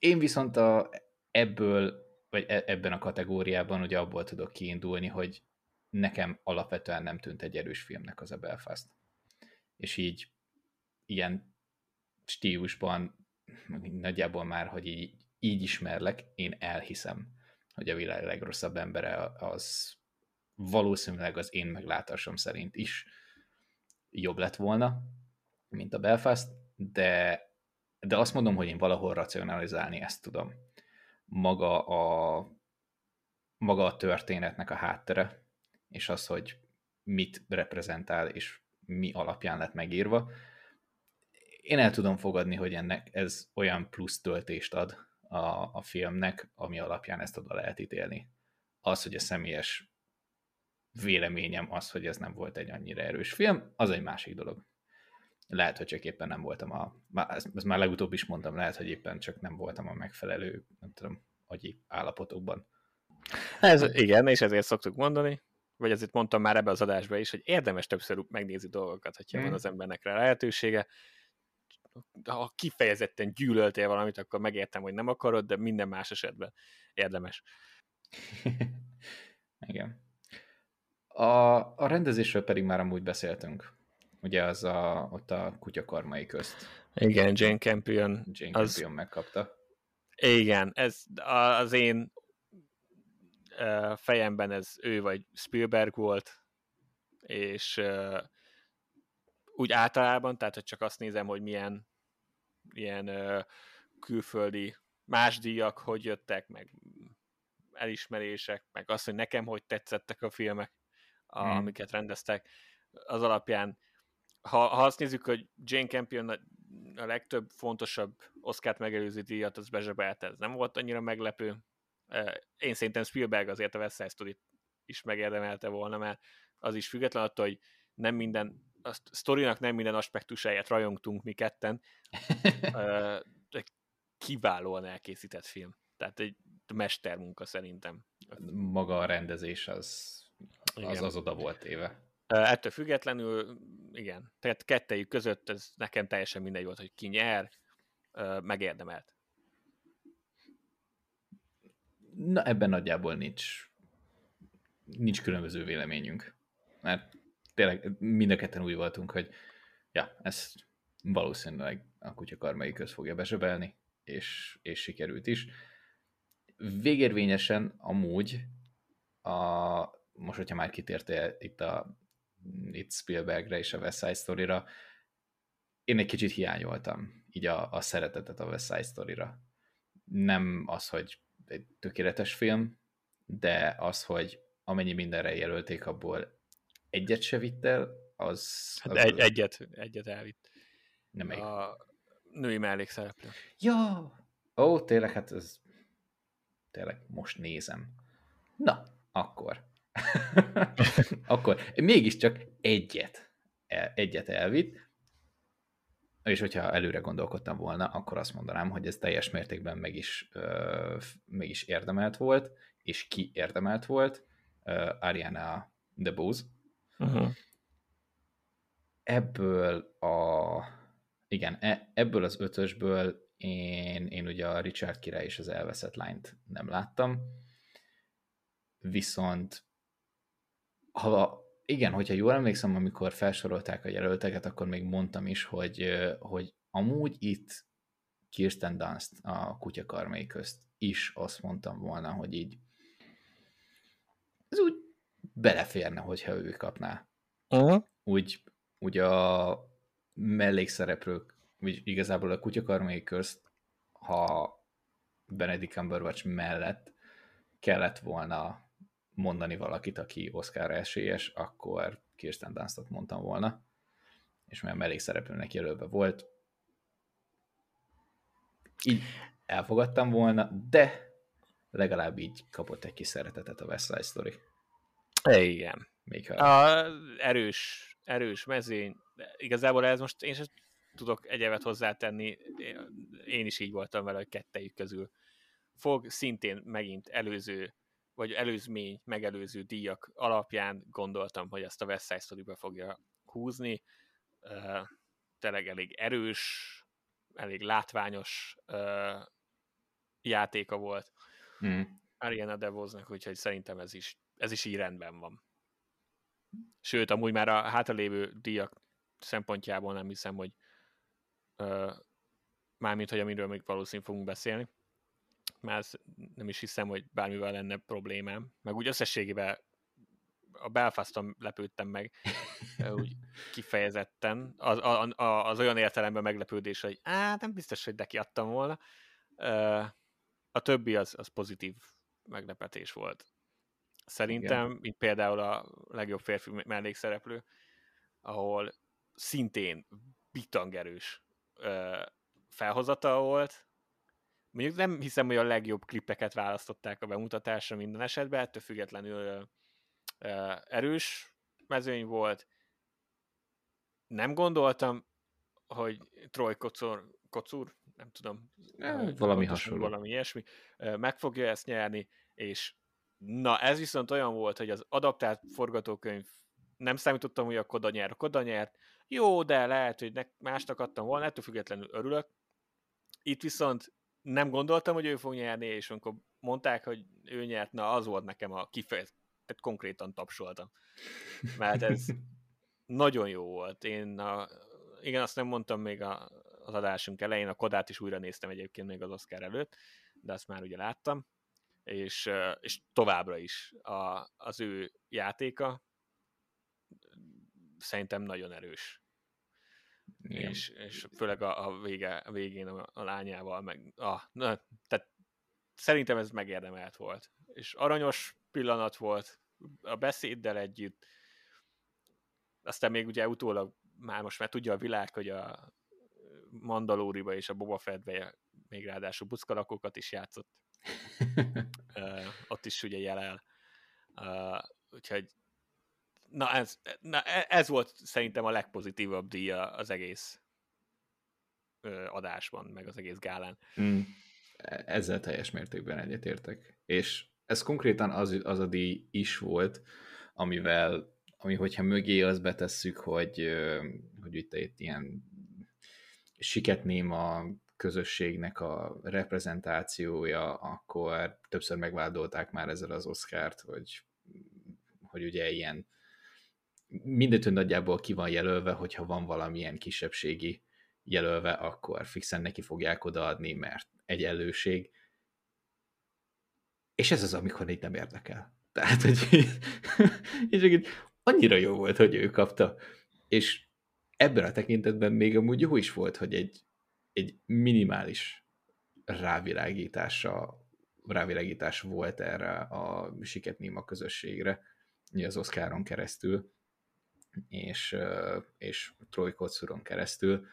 Én viszont a, ebből, vagy ebben a kategóriában ugye abból tudok kiindulni, hogy nekem alapvetően nem tűnt egy erős filmnek az a Belfast. És így ilyen stílusban nagyjából már, hogy így, így ismerlek, én elhiszem, hogy a világ legrosszabb embere az valószínűleg az én meglátásom szerint is jobb lett volna, mint a Belfast, de, de azt mondom, hogy én valahol racionalizálni ezt tudom. Maga a, maga a történetnek a háttere, és az, hogy mit reprezentál, és mi alapján lett megírva, én el tudom fogadni, hogy ennek ez olyan plusz töltést ad a, a filmnek, ami alapján ezt oda lehet ítélni. Az, hogy a személyes véleményem az, hogy ez nem volt egy annyira erős film, az egy másik dolog. Lehet, hogy csak éppen nem voltam a... Ezt már legutóbb is mondtam, lehet, hogy éppen csak nem voltam a megfelelő, nem tudom, agyi állapotokban. Ez, igen, és ezért szoktuk mondani, vagy azért mondtam már ebbe az adásba is, hogy érdemes többször megnézni dolgokat, hogyha hmm. van az embernek rá lehetősége. Ha kifejezetten gyűlöltél valamit, akkor megértem, hogy nem akarod, de minden más esetben érdemes. Igen. A, a rendezésről pedig már amúgy beszéltünk. Ugye az a, ott a kutyakarmai közt. Igen, Jane Campion. Jane az... Campion megkapta. Igen, ez az én uh, fejemben ez ő vagy Spielberg volt, és uh, úgy általában, tehát hogy csak azt nézem, hogy milyen ilyen uh, külföldi más díjak, hogy jöttek, meg elismerések, meg azt, hogy nekem hogy tetszettek a filmek, a, hmm. amiket rendeztek, az alapján, ha, ha azt nézzük, hogy Jane Campion a, a legtöbb fontosabb Oscart megelőző díjat, az bezsebelte, ez nem volt annyira meglepő. Én szerintem Spielberg azért a West Side Story-t is megérdemelte volna, mert az is független attól, hogy nem minden, a sztorinak nem minden aspektusáját rajongtunk mi ketten, de kiválóan elkészített film. Tehát egy mestermunka szerintem. Maga a rendezés az, az, az oda volt éve. Ettől függetlenül, igen, tehát kettejük között ez nekem teljesen mindegy volt, hogy ki nyer, megérdemelt. Na ebben nagyjából nincs, nincs különböző véleményünk. Mert tényleg mind a ketten úgy voltunk, hogy ja, ezt valószínűleg a kutyakarmai köz fogja bezsebelni, és, és sikerült is. Végérvényesen amúgy, a, most, hogyha már kitértél itt, a, itt Spielbergre és a West Side Story-ra, én egy kicsit hiányoltam így a, a szeretetet a West Side Story-ra. Nem az, hogy egy tökéletes film, de az, hogy amennyi mindenre jelölték, abból egyet se vitt el, az... Hát az egy, egyet, egyet elvitt. Nem melyik. A női mellékszereplő. Ja! Ó, tényleg, hát ez... Tényleg, most nézem. Na, akkor. akkor. Mégiscsak egyet. Egyet elvitt. És hogyha előre gondolkodtam volna, akkor azt mondanám, hogy ez teljes mértékben meg is, uh, meg is érdemelt volt, és ki érdemelt volt. Uh, Ariana DeBose. Uh-huh. Ebből a... Igen, e, ebből az ötösből én, én ugye a Richard király és az elveszett lányt nem láttam. Viszont ha, igen, hogyha jól emlékszem, amikor felsorolták a jelölteket, akkor még mondtam is, hogy, hogy amúgy itt Kirsten Dunst a kutyakarmai közt is azt mondtam volna, hogy így ez úgy beleférne, hogyha ő kapná. Uh-huh. Úgy, úgy a mellékszereplők, vagy igazából a kutyakarmai közt, ha Benedict Cumberbatch mellett kellett volna mondani valakit, aki Oscarra esélyes, akkor Kirsten Dunstot mondtam volna, és mert mellékszereplőnek jelölve volt. Így elfogadtam volna, de legalább így kapott egy kis szeretetet a West Side Story. Igen. Még a erős, erős mezőny. Igazából ez most én sem tudok egyebet hozzátenni. Én is így voltam vele, hogy kettejük közül fog szintén megint előző vagy előzmény, megelőző díjak alapján gondoltam, hogy ezt a West Side Story-be fogja húzni. Uh, tényleg elég erős, elég látványos uh, játéka volt mm. Ariana DeVosnak, úgyhogy szerintem ez is, ez is így rendben van. Sőt, amúgy már a hátralévő díjak szempontjából nem hiszem, hogy uh, mármint, hogy amiről még valószínűleg fogunk beszélni, már nem is hiszem, hogy bármivel lenne problémám. Meg úgy összességében a Belfaston lepődtem meg, úgy kifejezetten. Az, a, a, az olyan értelemben meglepődés, hogy á, nem biztos, hogy neki adtam volna. A többi az, az pozitív meglepetés volt. Szerintem, igen. Mint például a legjobb férfi mellékszereplő, ahol szintén bitangerős felhozata volt. Mondjuk nem hiszem, hogy a legjobb klippeket választották a bemutatásra minden esetben, ettől függetlenül erős mezőny volt. Nem gondoltam, hogy Troy Kocur, Kocur nem tudom, ja, valami hasonló. Valami ilyesmi, meg fogja ezt nyerni, és na, ez viszont olyan volt, hogy az adaptált forgatókönyv, nem számítottam, hogy a Koda nyer, a Koda nyert, jó, de lehet, hogy ne, másnak adtam volna, ettől függetlenül örülök. Itt viszont nem gondoltam, hogy ő fog nyerni, és amikor mondták, hogy ő nyert, na, az volt nekem a kifejezés, tehát konkrétan tapsoltam. Mert ez nagyon jó volt. Én a, igen, azt nem mondtam még a, az adásunk elején, a Kodát is újra néztem egyébként még az Oscar előtt, de azt már ugye láttam, és, és továbbra is a, az ő játéka szerintem nagyon erős. És, és főleg a, a, vége, a végén a, a lányával, meg ah, na, tehát szerintem ez megérdemelt volt. És aranyos pillanat volt a beszéddel együtt, aztán még ugye utólag már most már tudja a világ, hogy a Mandalóriba és a Boba Fettbe még ráadásul buszkalakókat is játszott. uh, ott is ugye jelel. Uh, úgyhogy na ez, na ez volt szerintem a legpozitívabb díja az egész uh, adásban, meg az egész gálán. Mm. Ezzel teljes mértékben egyetértek. És ez konkrétan az, az a díj is volt, amivel ami hogyha mögé azt betesszük, hogy, hogy itt egy ilyen siketnéma közösségnek a reprezentációja, akkor többször megvádolták már ezzel az Oscart, hogy, hogy ugye ilyen mindentől nagyjából ki van jelölve, hogyha van valamilyen kisebbségi jelölve, akkor fixen neki fogják odaadni, mert egyenlőség. És ez az, amikor itt nem érdekel. Tehát, hogy és annyira jó volt, hogy ő kapta. És ebben a tekintetben még amúgy jó is volt, hogy egy, egy minimális rávilágítása, rávilágítás volt erre a Siketnéma közösségre, az Oscaron keresztül, és, és Troy Kotsuron keresztül.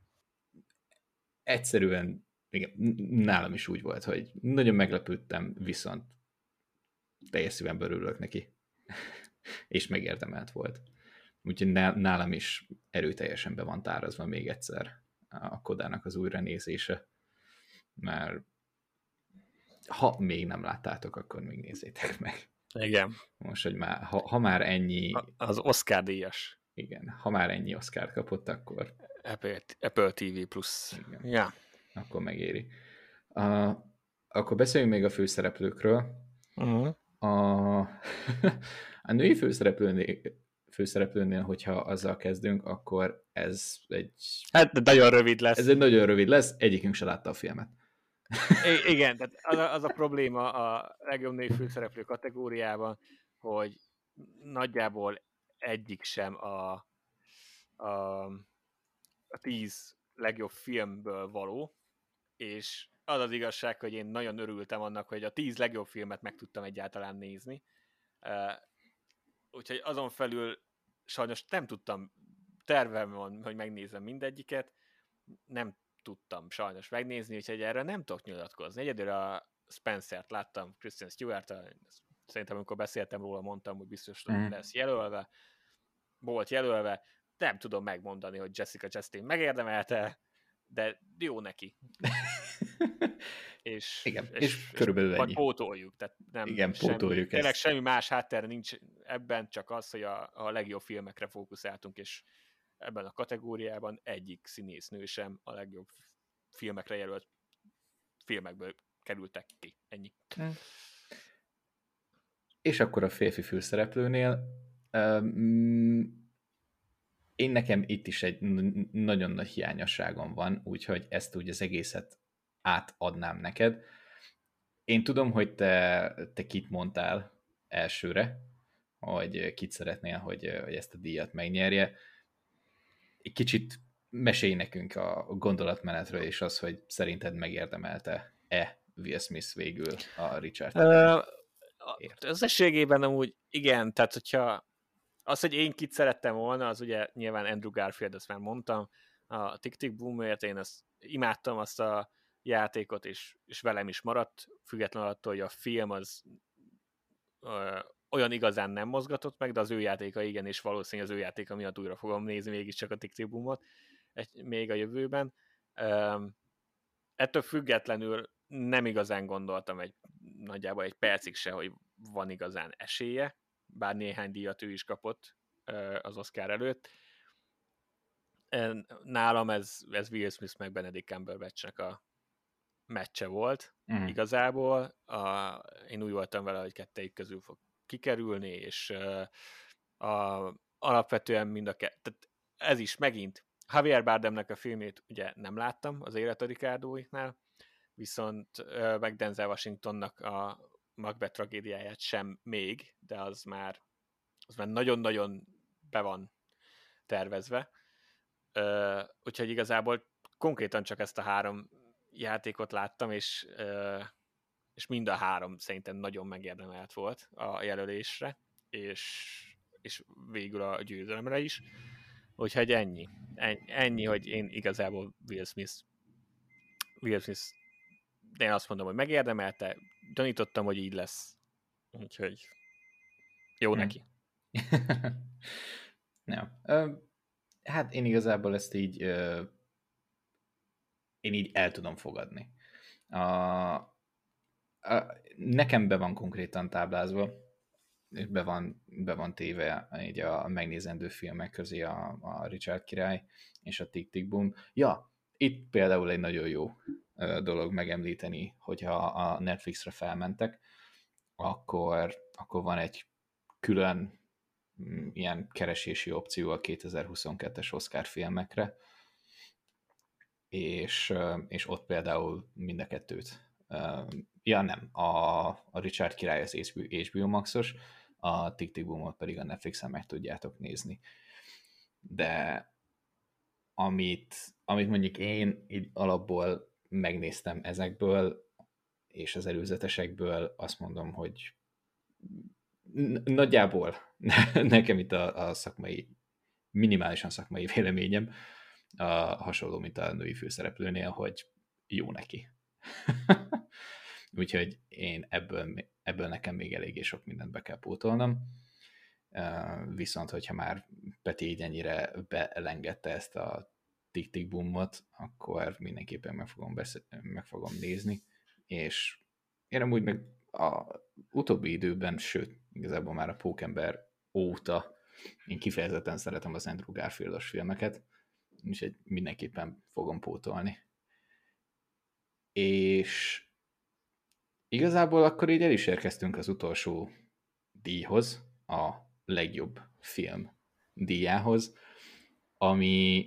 Egyszerűen igen, nálam is úgy volt, hogy nagyon meglepődtem, viszont teljes szívemből örülök neki. És megérdemelt volt. Úgyhogy nálam is erőteljesen be van tárazva még egyszer a Kodának az újranézése, mert ha még nem láttátok, akkor még nézzétek meg. Igen. Most, hogy már, ha, ha már ennyi... Az Oscar díjas. Igen, ha már ennyi Oscar kapott, akkor... Apple, Apple té vé Plus. Igen. Ja. Akkor megéri. Uh, akkor beszéljünk még a főszereplőkről. Uh-huh. A, a női főszereplőnél, főszereplőnél, hogyha azzal kezdünk, akkor ez egy... Hát nagyon rövid lesz. Ez egy nagyon rövid lesz, egyikünk se látta a filmet. I- igen, tehát az a, az a probléma a legjobb női főszereplő kategóriában, hogy nagyjából egyik sem a, a, a tíz legjobb filmből való, és az az igazság, hogy én nagyon örültem annak, hogy a tíz legjobb filmet meg tudtam egyáltalán nézni. Uh, úgyhogy azon felül sajnos nem tudtam, tervem van, hogy megnézem mindegyiket, nem tudtam sajnos megnézni, úgyhogy erre nem tudok nyilatkozni. Egyedül a Spencer-t láttam, Kristen Stewart-tal, szerintem amikor beszéltem róla, mondtam, hogy biztos mm. lesz jelölve, volt jelölve, nem tudom megmondani, hogy Jessica Chastain megérdemelte, de jó neki. és, igen, és, és, és körülbelül ennyi. pótoljuk. Tehát nem igen, semmi, pótoljuk tényleg ezt. semmi más háttér nincs ebben, csak az, hogy a, a legjobb filmekre fókuszáltunk, és ebben a kategóriában egyik színésznő sem a legjobb filmekre jelölt filmekből kerültek ki. Ennyi. Hm. És akkor a férfi főszereplőnél um, én nekem itt is egy nagyon nagy hiányosságom van, úgyhogy ezt úgy az egészet átadnám neked. Én tudom, hogy te, te kit mondtál elsőre, hogy kit szeretnél, hogy, hogy ezt a díjat megnyerje. Egy kicsit mesélj nekünk a gondolatmenetről, és az, hogy szerinted megérdemelte-e Will Smith végül a Richard Uh, ért. összességében amúgy igen, tehát hogyha az, hogy én kit szerettem volna, az ugye nyilván Andrew Garfield, azt már mondtam, a Tick Tick Boomért, én ezt imádtam azt a játékot, és, és velem is maradt, függetlenül attól, hogy a film az ö, olyan igazán nem mozgatott meg, de az ő játéka igen, és valószínűleg az ő játéka miatt újra fogom nézni mégiscsak a Tick Tick Boomot egy, még a jövőben. Ö, ettől függetlenül nem igazán gondoltam egy nagyjából egy percig se, hogy van igazán esélye, bár néhány díjat ő is kapott az Oscar előtt. Nálam ez, ez Will Smith meg Benedict Cumberbatchnek a meccse volt. Mm. Igazából a, én úgy voltam vele, hogy kettejük közül fog kikerülni, és a, alapvetően mind a kettő. Ez is megint Javier Bardemnek a filmét ugye nem láttam az Élet a Ricardo-iknál, viszont meg Denzel Washingtonnak a Macbeth tragédiáját sem még, de az már, az már nagyon-nagyon be van tervezve. Uh, úgyhogy igazából konkrétan csak ezt a három játékot láttam, és, uh, és mind a három szerintem nagyon megérdemelt volt a jelölésre, és, és végül a győzelemre is. Úgyhogy ennyi. Ennyi, hogy én igazából Will Smith Will Smith de én azt mondom, hogy megérdemelte, gyanítottam, hogy így lesz. Úgyhogy jó hmm. neki. ja. uh, hát én igazából ezt így uh, én így el tudom fogadni. A, a, nekem be van konkrétan táblázva, és be van, be van téve így a megnézendő filmek közé a, a Richard király és a Tick Tick Boom. Ja, itt például egy nagyon jó dolog megemlíteni, hogyha a Netflixre felmentek, akkor, akkor van egy külön ilyen keresési opció a kétezer-huszonkettes Oscar filmekre, és, és ott például mind a kettőt. Ja, nem, a, a Richard király az há bé o Maxos, a Tick Tick Boomot pedig a Netflixen meg tudjátok nézni. De amit, amit mondjuk én így alapból megnéztem ezekből, és az előzetesekből, azt mondom, hogy nagyjából nekem itt a, a szakmai, minimálisan szakmai véleményem a, hasonló, mint a női főszereplőnél, hogy jó neki. Úgyhogy én ebből, ebből nekem még eléggé sok mindent be kell pótolnom. Uh, viszont, hogyha már Peti így ennyire belengedte ezt a Tick Tick Boomot, akkor mindenképpen meg fogom, beszél, meg fogom nézni, és én amúgy meg a utóbbi időben, sőt, igazából már a Pókember óta én kifejezetten szeretem az Andrew Garfield-os filmeket, úgyhogy mindenképpen fogom pótolni. És igazából akkor így el is érkeztünk az utolsó díjhoz, a legjobb film díjához, ami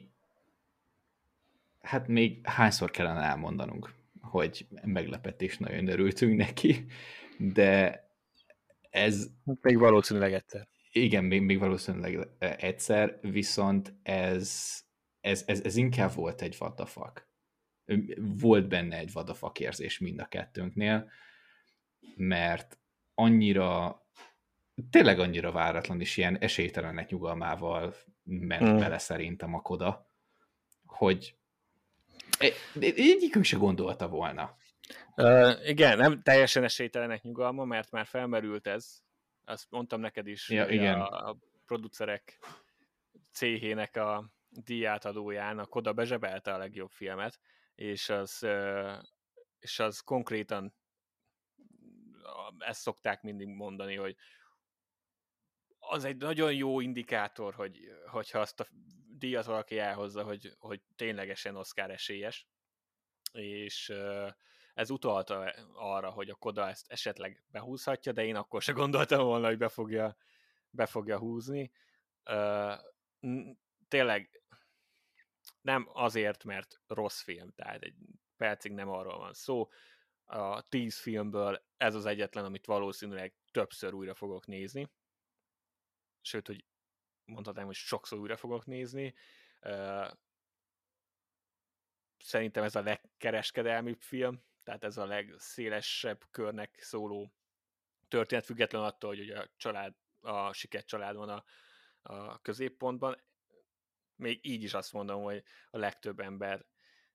hát még hányszor kellene elmondanunk, hogy meglepetés, nagyon örültünk neki, de ez... Még valószínűleg egyszer. Igen, még, még valószínűleg egyszer, viszont ez, ez, ez, ez inkább volt egy what the fuck. Volt benne egy what the fuck érzés mind a kettőnknél, mert annyira, tényleg annyira váratlan és ilyen esélytelenek nyugalmával ment hmm. bele szerintem a Koda, hogy egyikünk se gondolta volna. Uh, igen, nem teljesen esélytelenek nyugalma, mert már felmerült ez. Azt mondtam neked is, ja, hogy igen. a, a producerek céhének a díjátadóján a Koda bezsebelte a legjobb filmet, és az, uh, és az konkrétan ezt szokták mindig mondani, hogy az egy nagyon jó indikátor, hogy, hogyha azt a díjat valaki elhozza, hogy, hogy ténylegesen Oscar esélyes. És uh, ez utalta arra, hogy a Koda ezt esetleg behúzhatja, de én akkor se gondoltam volna, hogy be fogja, be fogja húzni. Uh, tényleg nem azért, mert rossz film, tehát egy percig nem arról van szó. A tíz filmből ez az egyetlen, amit valószínűleg többször újra fogok nézni. Sőt, hogy mondhatnám, hogy sokszor újra fogok nézni. Uh, szerintem ez a legkereskedelmibb film, tehát ez a legszélesebb körnek szóló történet, független attól, hogy a család, a siket család van a, a középpontban. Még így is azt mondom, hogy a legtöbb ember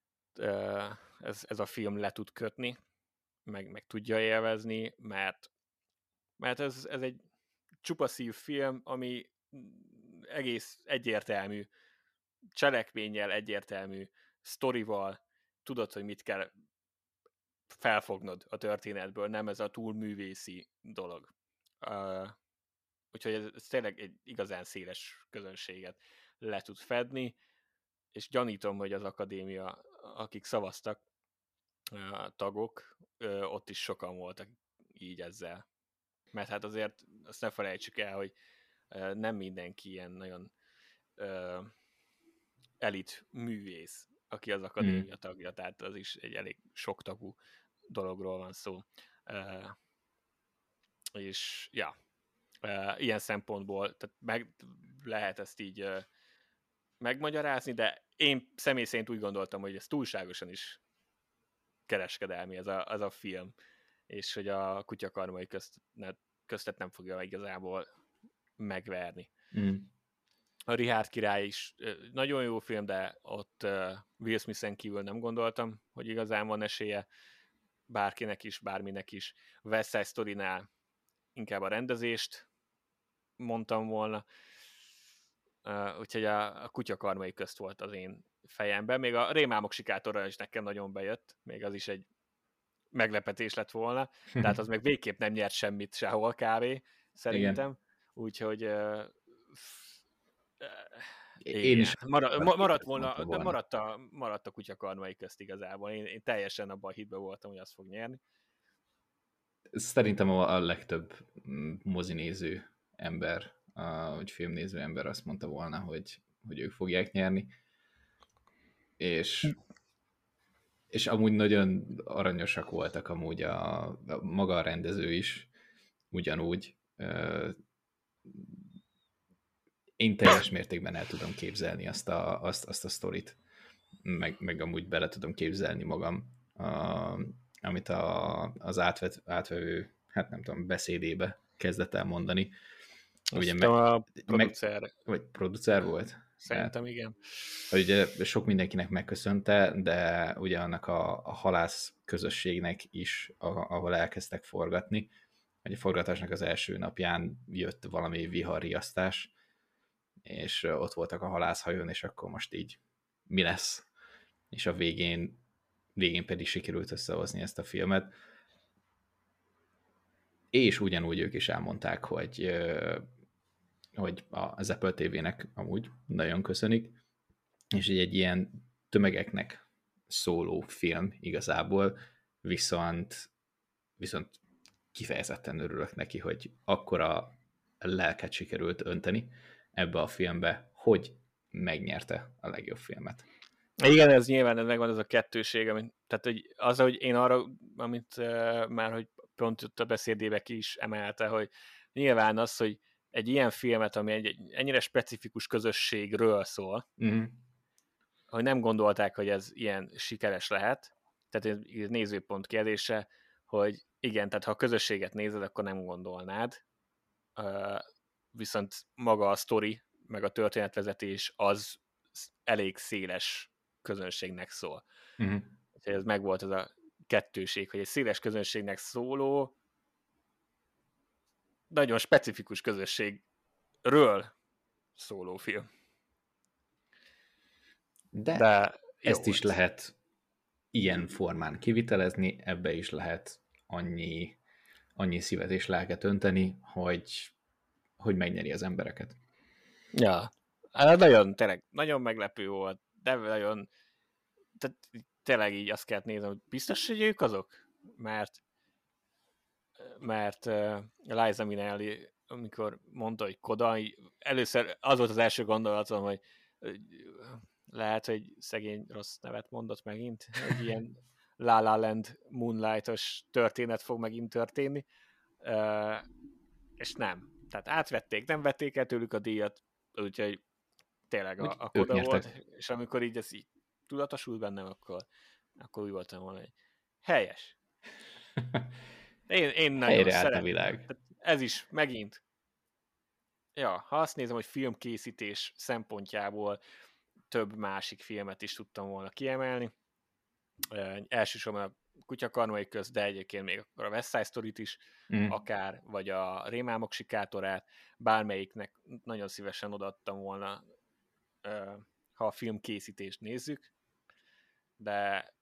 ez, ez a film le tud kötni, meg, meg tudja élvezni, mert, mert ez, ez egy csupaszív film, ami egész egyértelmű cselekménnyel, egyértelmű sztorival, tudod, hogy mit kell felfognod a történetből, nem ez a túl művészi dolog. Uh, úgyhogy ez, ez tényleg egy igazán széles közönséget le tud fedni, és gyanítom, hogy az akadémia, akik szavaztak, a tagok, ott is sokan voltak így ezzel. Mert hát azért azt ne felejtsük el, hogy nem mindenki ilyen nagyon uh, elit művész, aki az akadémia mm. tagja, tehát az is egy elég soktagú dologról van szó. Uh, és ja, uh, ilyen szempontból tehát meg lehet ezt így uh, megmagyarázni, de én személy szerint úgy gondoltam, hogy ez túlságosan is kereskedelmi ez a, az a film, és hogy a kutyakarmai közt, köztet nem fogja igazából megverni. Mm. A Richard király is nagyon jó film, de ott Will Smith-en kívül nem gondoltam, hogy igazán van esélye bárkinek is, bárminek is. West Side Story-nál inkább a rendezést mondtam volna, úgyhogy a, a kutyakarmai közt volt az én fejemben. Még a Rémálmok sikátora is nekem nagyon bejött, még az is egy meglepetés lett volna, tehát az meg végképp nem nyert semmit sehol kb. Szerintem. Úgyhogy uh, én is Marad, maradt volna, volna, de maradt a, maradt a kutyakarmai közt igazából. Én, én teljesen abban a hitben voltam, hogy azt fog nyerni. Szerintem a, a legtöbb mozinéző ember, a, vagy filmnéző ember azt mondta volna, hogy, hogy ők fogják nyerni. És, és amúgy nagyon aranyosak voltak amúgy a, a maga a rendező is, ugyanúgy. Én teljes mértékben el tudom képzelni azt a, azt, azt a sztorit, meg, meg amúgy bele tudom képzelni magam, a, amit a, az átvet, átvevő, hát nem tudom, beszédébe kezdett el mondani. Ugye meg, a producer. Meg, vagy producer volt? Szerintem hát, igen. Ugye sok mindenkinek megköszönte, de ugye annak a, a halász közösségnek is, ahol elkezdtek forgatni, hogy a forgatásnak az első napján jött valami viharriasztás, és ott voltak a halászhajón, és akkor most így mi lesz? És a végén, végén pedig sikerült összehozni ezt a filmet. És ugyanúgy ők is elmondták, hogy, hogy az Apple té vének amúgy nagyon köszönik, és így egy ilyen tömegeknek szóló film igazából, viszont, viszont kifejezetten örülök neki, hogy akkora lelket sikerült önteni ebbe a filmbe, hogy megnyerte a legjobb filmet. Igen, ez nyilván ez megvan ez a kettőség, amit, tehát hogy az, hogy én arra, amit uh, már, hogy pont ott a beszédébe ki is emelte, hogy nyilván az, hogy egy ilyen filmet, ami egy, egy ennyire specifikus közösségről szól, mm-hmm. hogy nem gondolták, hogy ez ilyen sikeres lehet, tehát ez nézőpont kérdése, hogy igen, tehát ha a közösséget nézed, akkor nem gondolnád, uh, viszont maga a sztori, meg a történetvezetés az elég széles közönségnek szól. Uh-huh. Úgyhogy ez megvolt ez a kettőség, hogy egy széles közönségnek szóló, nagyon specifikus közösségről szóló film. De, De ezt is volt. Lehet ilyen formán kivitelezni, ebbe is lehet annyi, annyi szívet és lelket önteni, hogy, hogy megnyeri az embereket. Ja, nagyon, tényleg, nagyon meglepő volt, de nagyon, tehát tényleg így azt kellett nézni, hogy biztos, hogy ők azok? Mert mert uh, Liza Minnelli, amikor mondta, hogy Koda, először az volt az első gondolatom, hogy lehet, hogy szegény rossz nevet mondott megint, egy ilyen La La Land Moonlight-os történet fog megint történni, uh, és nem. Tehát átvették, nem vették el tőlük a díjat, úgyhogy tényleg a, a Koda volt, és amikor így ez így tudatosult bennem, akkor, akkor úgy voltam volna, hogy helyes. Én, én nagyon szeretem. A világ. Ez is, megint. Ja, ha azt nézem, hogy filmkészítés szempontjából több másik filmet is tudtam volna kiemelni. E, elsősorban a Kutyakarmai közt, de egyébként még a West Side Story-t is, mm. akár, vagy a Rémálmok sikátorát, bármelyiknek nagyon szívesen odaadtam volna, e, ha a filmkészítést nézzük, de,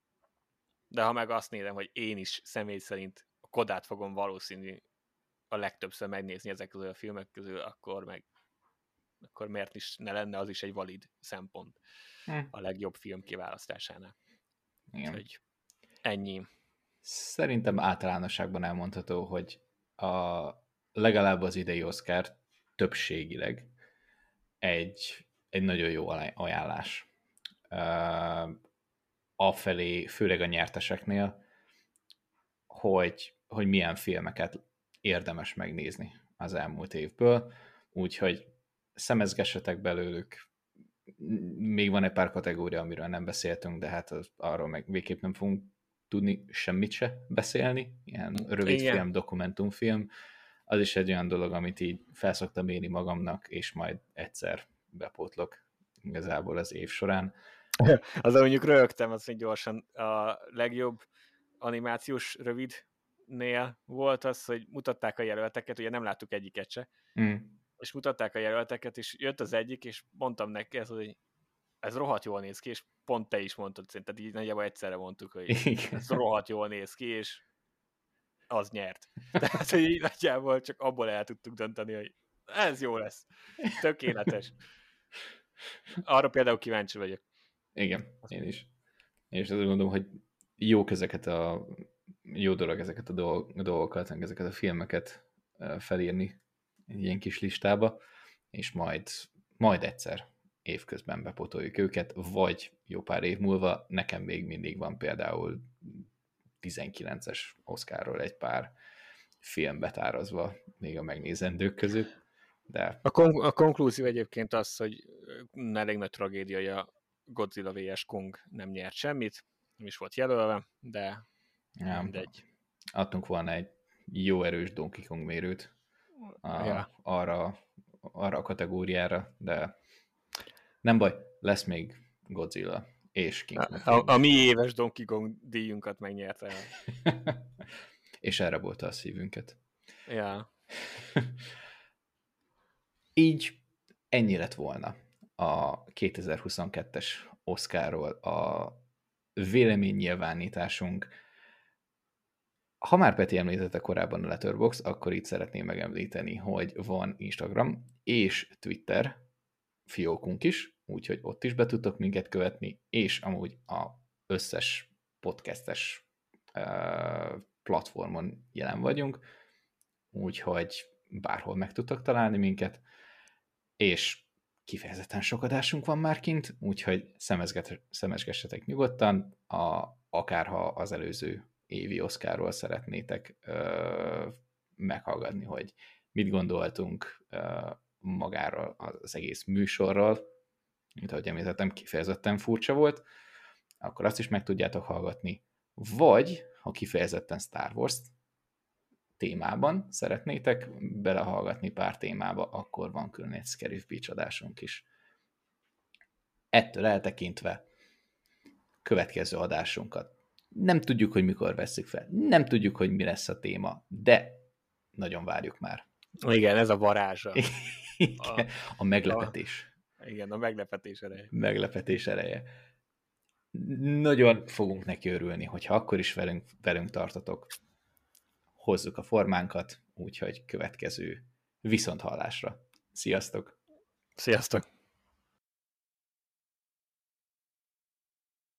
de ha meg azt nézem, hogy én is személy szerint a Kodát fogom valószínű a legtöbbször megnézni ezek közül a filmek közül, akkor meg akkor miért is ne lenne az is egy valid szempont hm. a legjobb film kiválasztásánál. Igen. Úgyhogy ennyi. Szerintem általánosságban elmondható, hogy a legalább az idei Oscar többségileg egy, egy nagyon jó ajánlás. Uh, afelé, főleg a nyerteseknél, hogy, hogy milyen filmeket érdemes megnézni az elmúlt évből, úgyhogy szemezgessetek belőlük. Még van egy pár kategória, amiről nem beszéltünk, de hát az, arról meg végképp nem fogunk tudni semmit se beszélni. Ilyen rövidfilm, dokumentumfilm. Az is egy olyan dolog, amit így felszoktam írni magamnak, és majd egyszer bepótlok igazából az év során. Azon mondjuk rögtem, az, hogy gyorsan a legjobb animációs rövidnél volt az, hogy mutatták a jelölteket, ugye nem láttuk egyiket se, mm. és mutatták a jelölteket, és jött az egyik, és mondtam neki ezt, hogy ez rohadt jól néz ki, és pont te is mondtad, szerinted így nagyjából egyszerre mondtuk, hogy igen. Ez rohadt jól néz ki, és az nyert. Tehát, hogy így nagyjából csak abból el tudtuk dönteni, hogy ez jó lesz. Tökéletes. Arra például kíváncsi vagyok. Igen, én is. Én is azt gondolom, hogy jók ezeket a jó dolog ezeket a dolgokat, ezeket a filmeket felírni egy ilyen kis listába, és majd, majd egyszer évközben bepotoljuk őket, vagy jó pár év múlva. Nekem még mindig van például tizenkilences Oscarról egy pár film betározva még a megnézendők között. De... A, kon- a konklúzió egyébként az, hogy elég nagy tragédia, hogy a Godzilla versus. Kong nem nyert semmit, nem is volt jelölve, de ja, mindegy. Adtunk volna egy jó erős Donkey Kong mérőt a, ja. arra, arra a kategóriára, de nem baj, lesz még Godzilla és King Kong. A, a, a mi éves Donkey Kong díjunkat megnyerte. És erre volt a szívünket. Ja. Így ennyi lett volna a kétezer-huszonkettes Oscarról a véleménynyilvánításunk. Ha már Peti említette korábban a Letterboxd, akkor itt szeretném megemlíteni, hogy van Instagram és Twitter fiókunk is, úgyhogy ott is be tudtok minket követni, és amúgy az összes podcastes uh, platformon jelen vagyunk, úgyhogy bárhol meg tudtok találni minket, és kifejezetten sok adásunk van már kint, úgyhogy szemezgessetek nyugodtan, a, akárha az előző évi Oscarról szeretnétek ö, meghallgatni, hogy mit gondoltunk ö, magáról az egész műsorról, mint ahogy említettem, kifejezetten furcsa volt, akkor azt is meg tudjátok hallgatni, vagy ha kifejezetten Star Wars témában szeretnétek belehallgatni pár témába, akkor van külön egy Scarif Beach adásunk is. Ettől eltekintve következő adásunkat nem tudjuk, hogy mikor vesszük fel, nem tudjuk, hogy mi lesz a téma, de nagyon várjuk már. Igen, ez a varázsa. A, a meglepetés. A, igen, a meglepetés ereje. Meglepetés ereje. Nagyon fogunk neki örülni, hogyha akkor is velünk, velünk tartotok. Hozzuk a formánkat, úgyhogy következő viszonthallásra. Sziasztok! Sziasztok!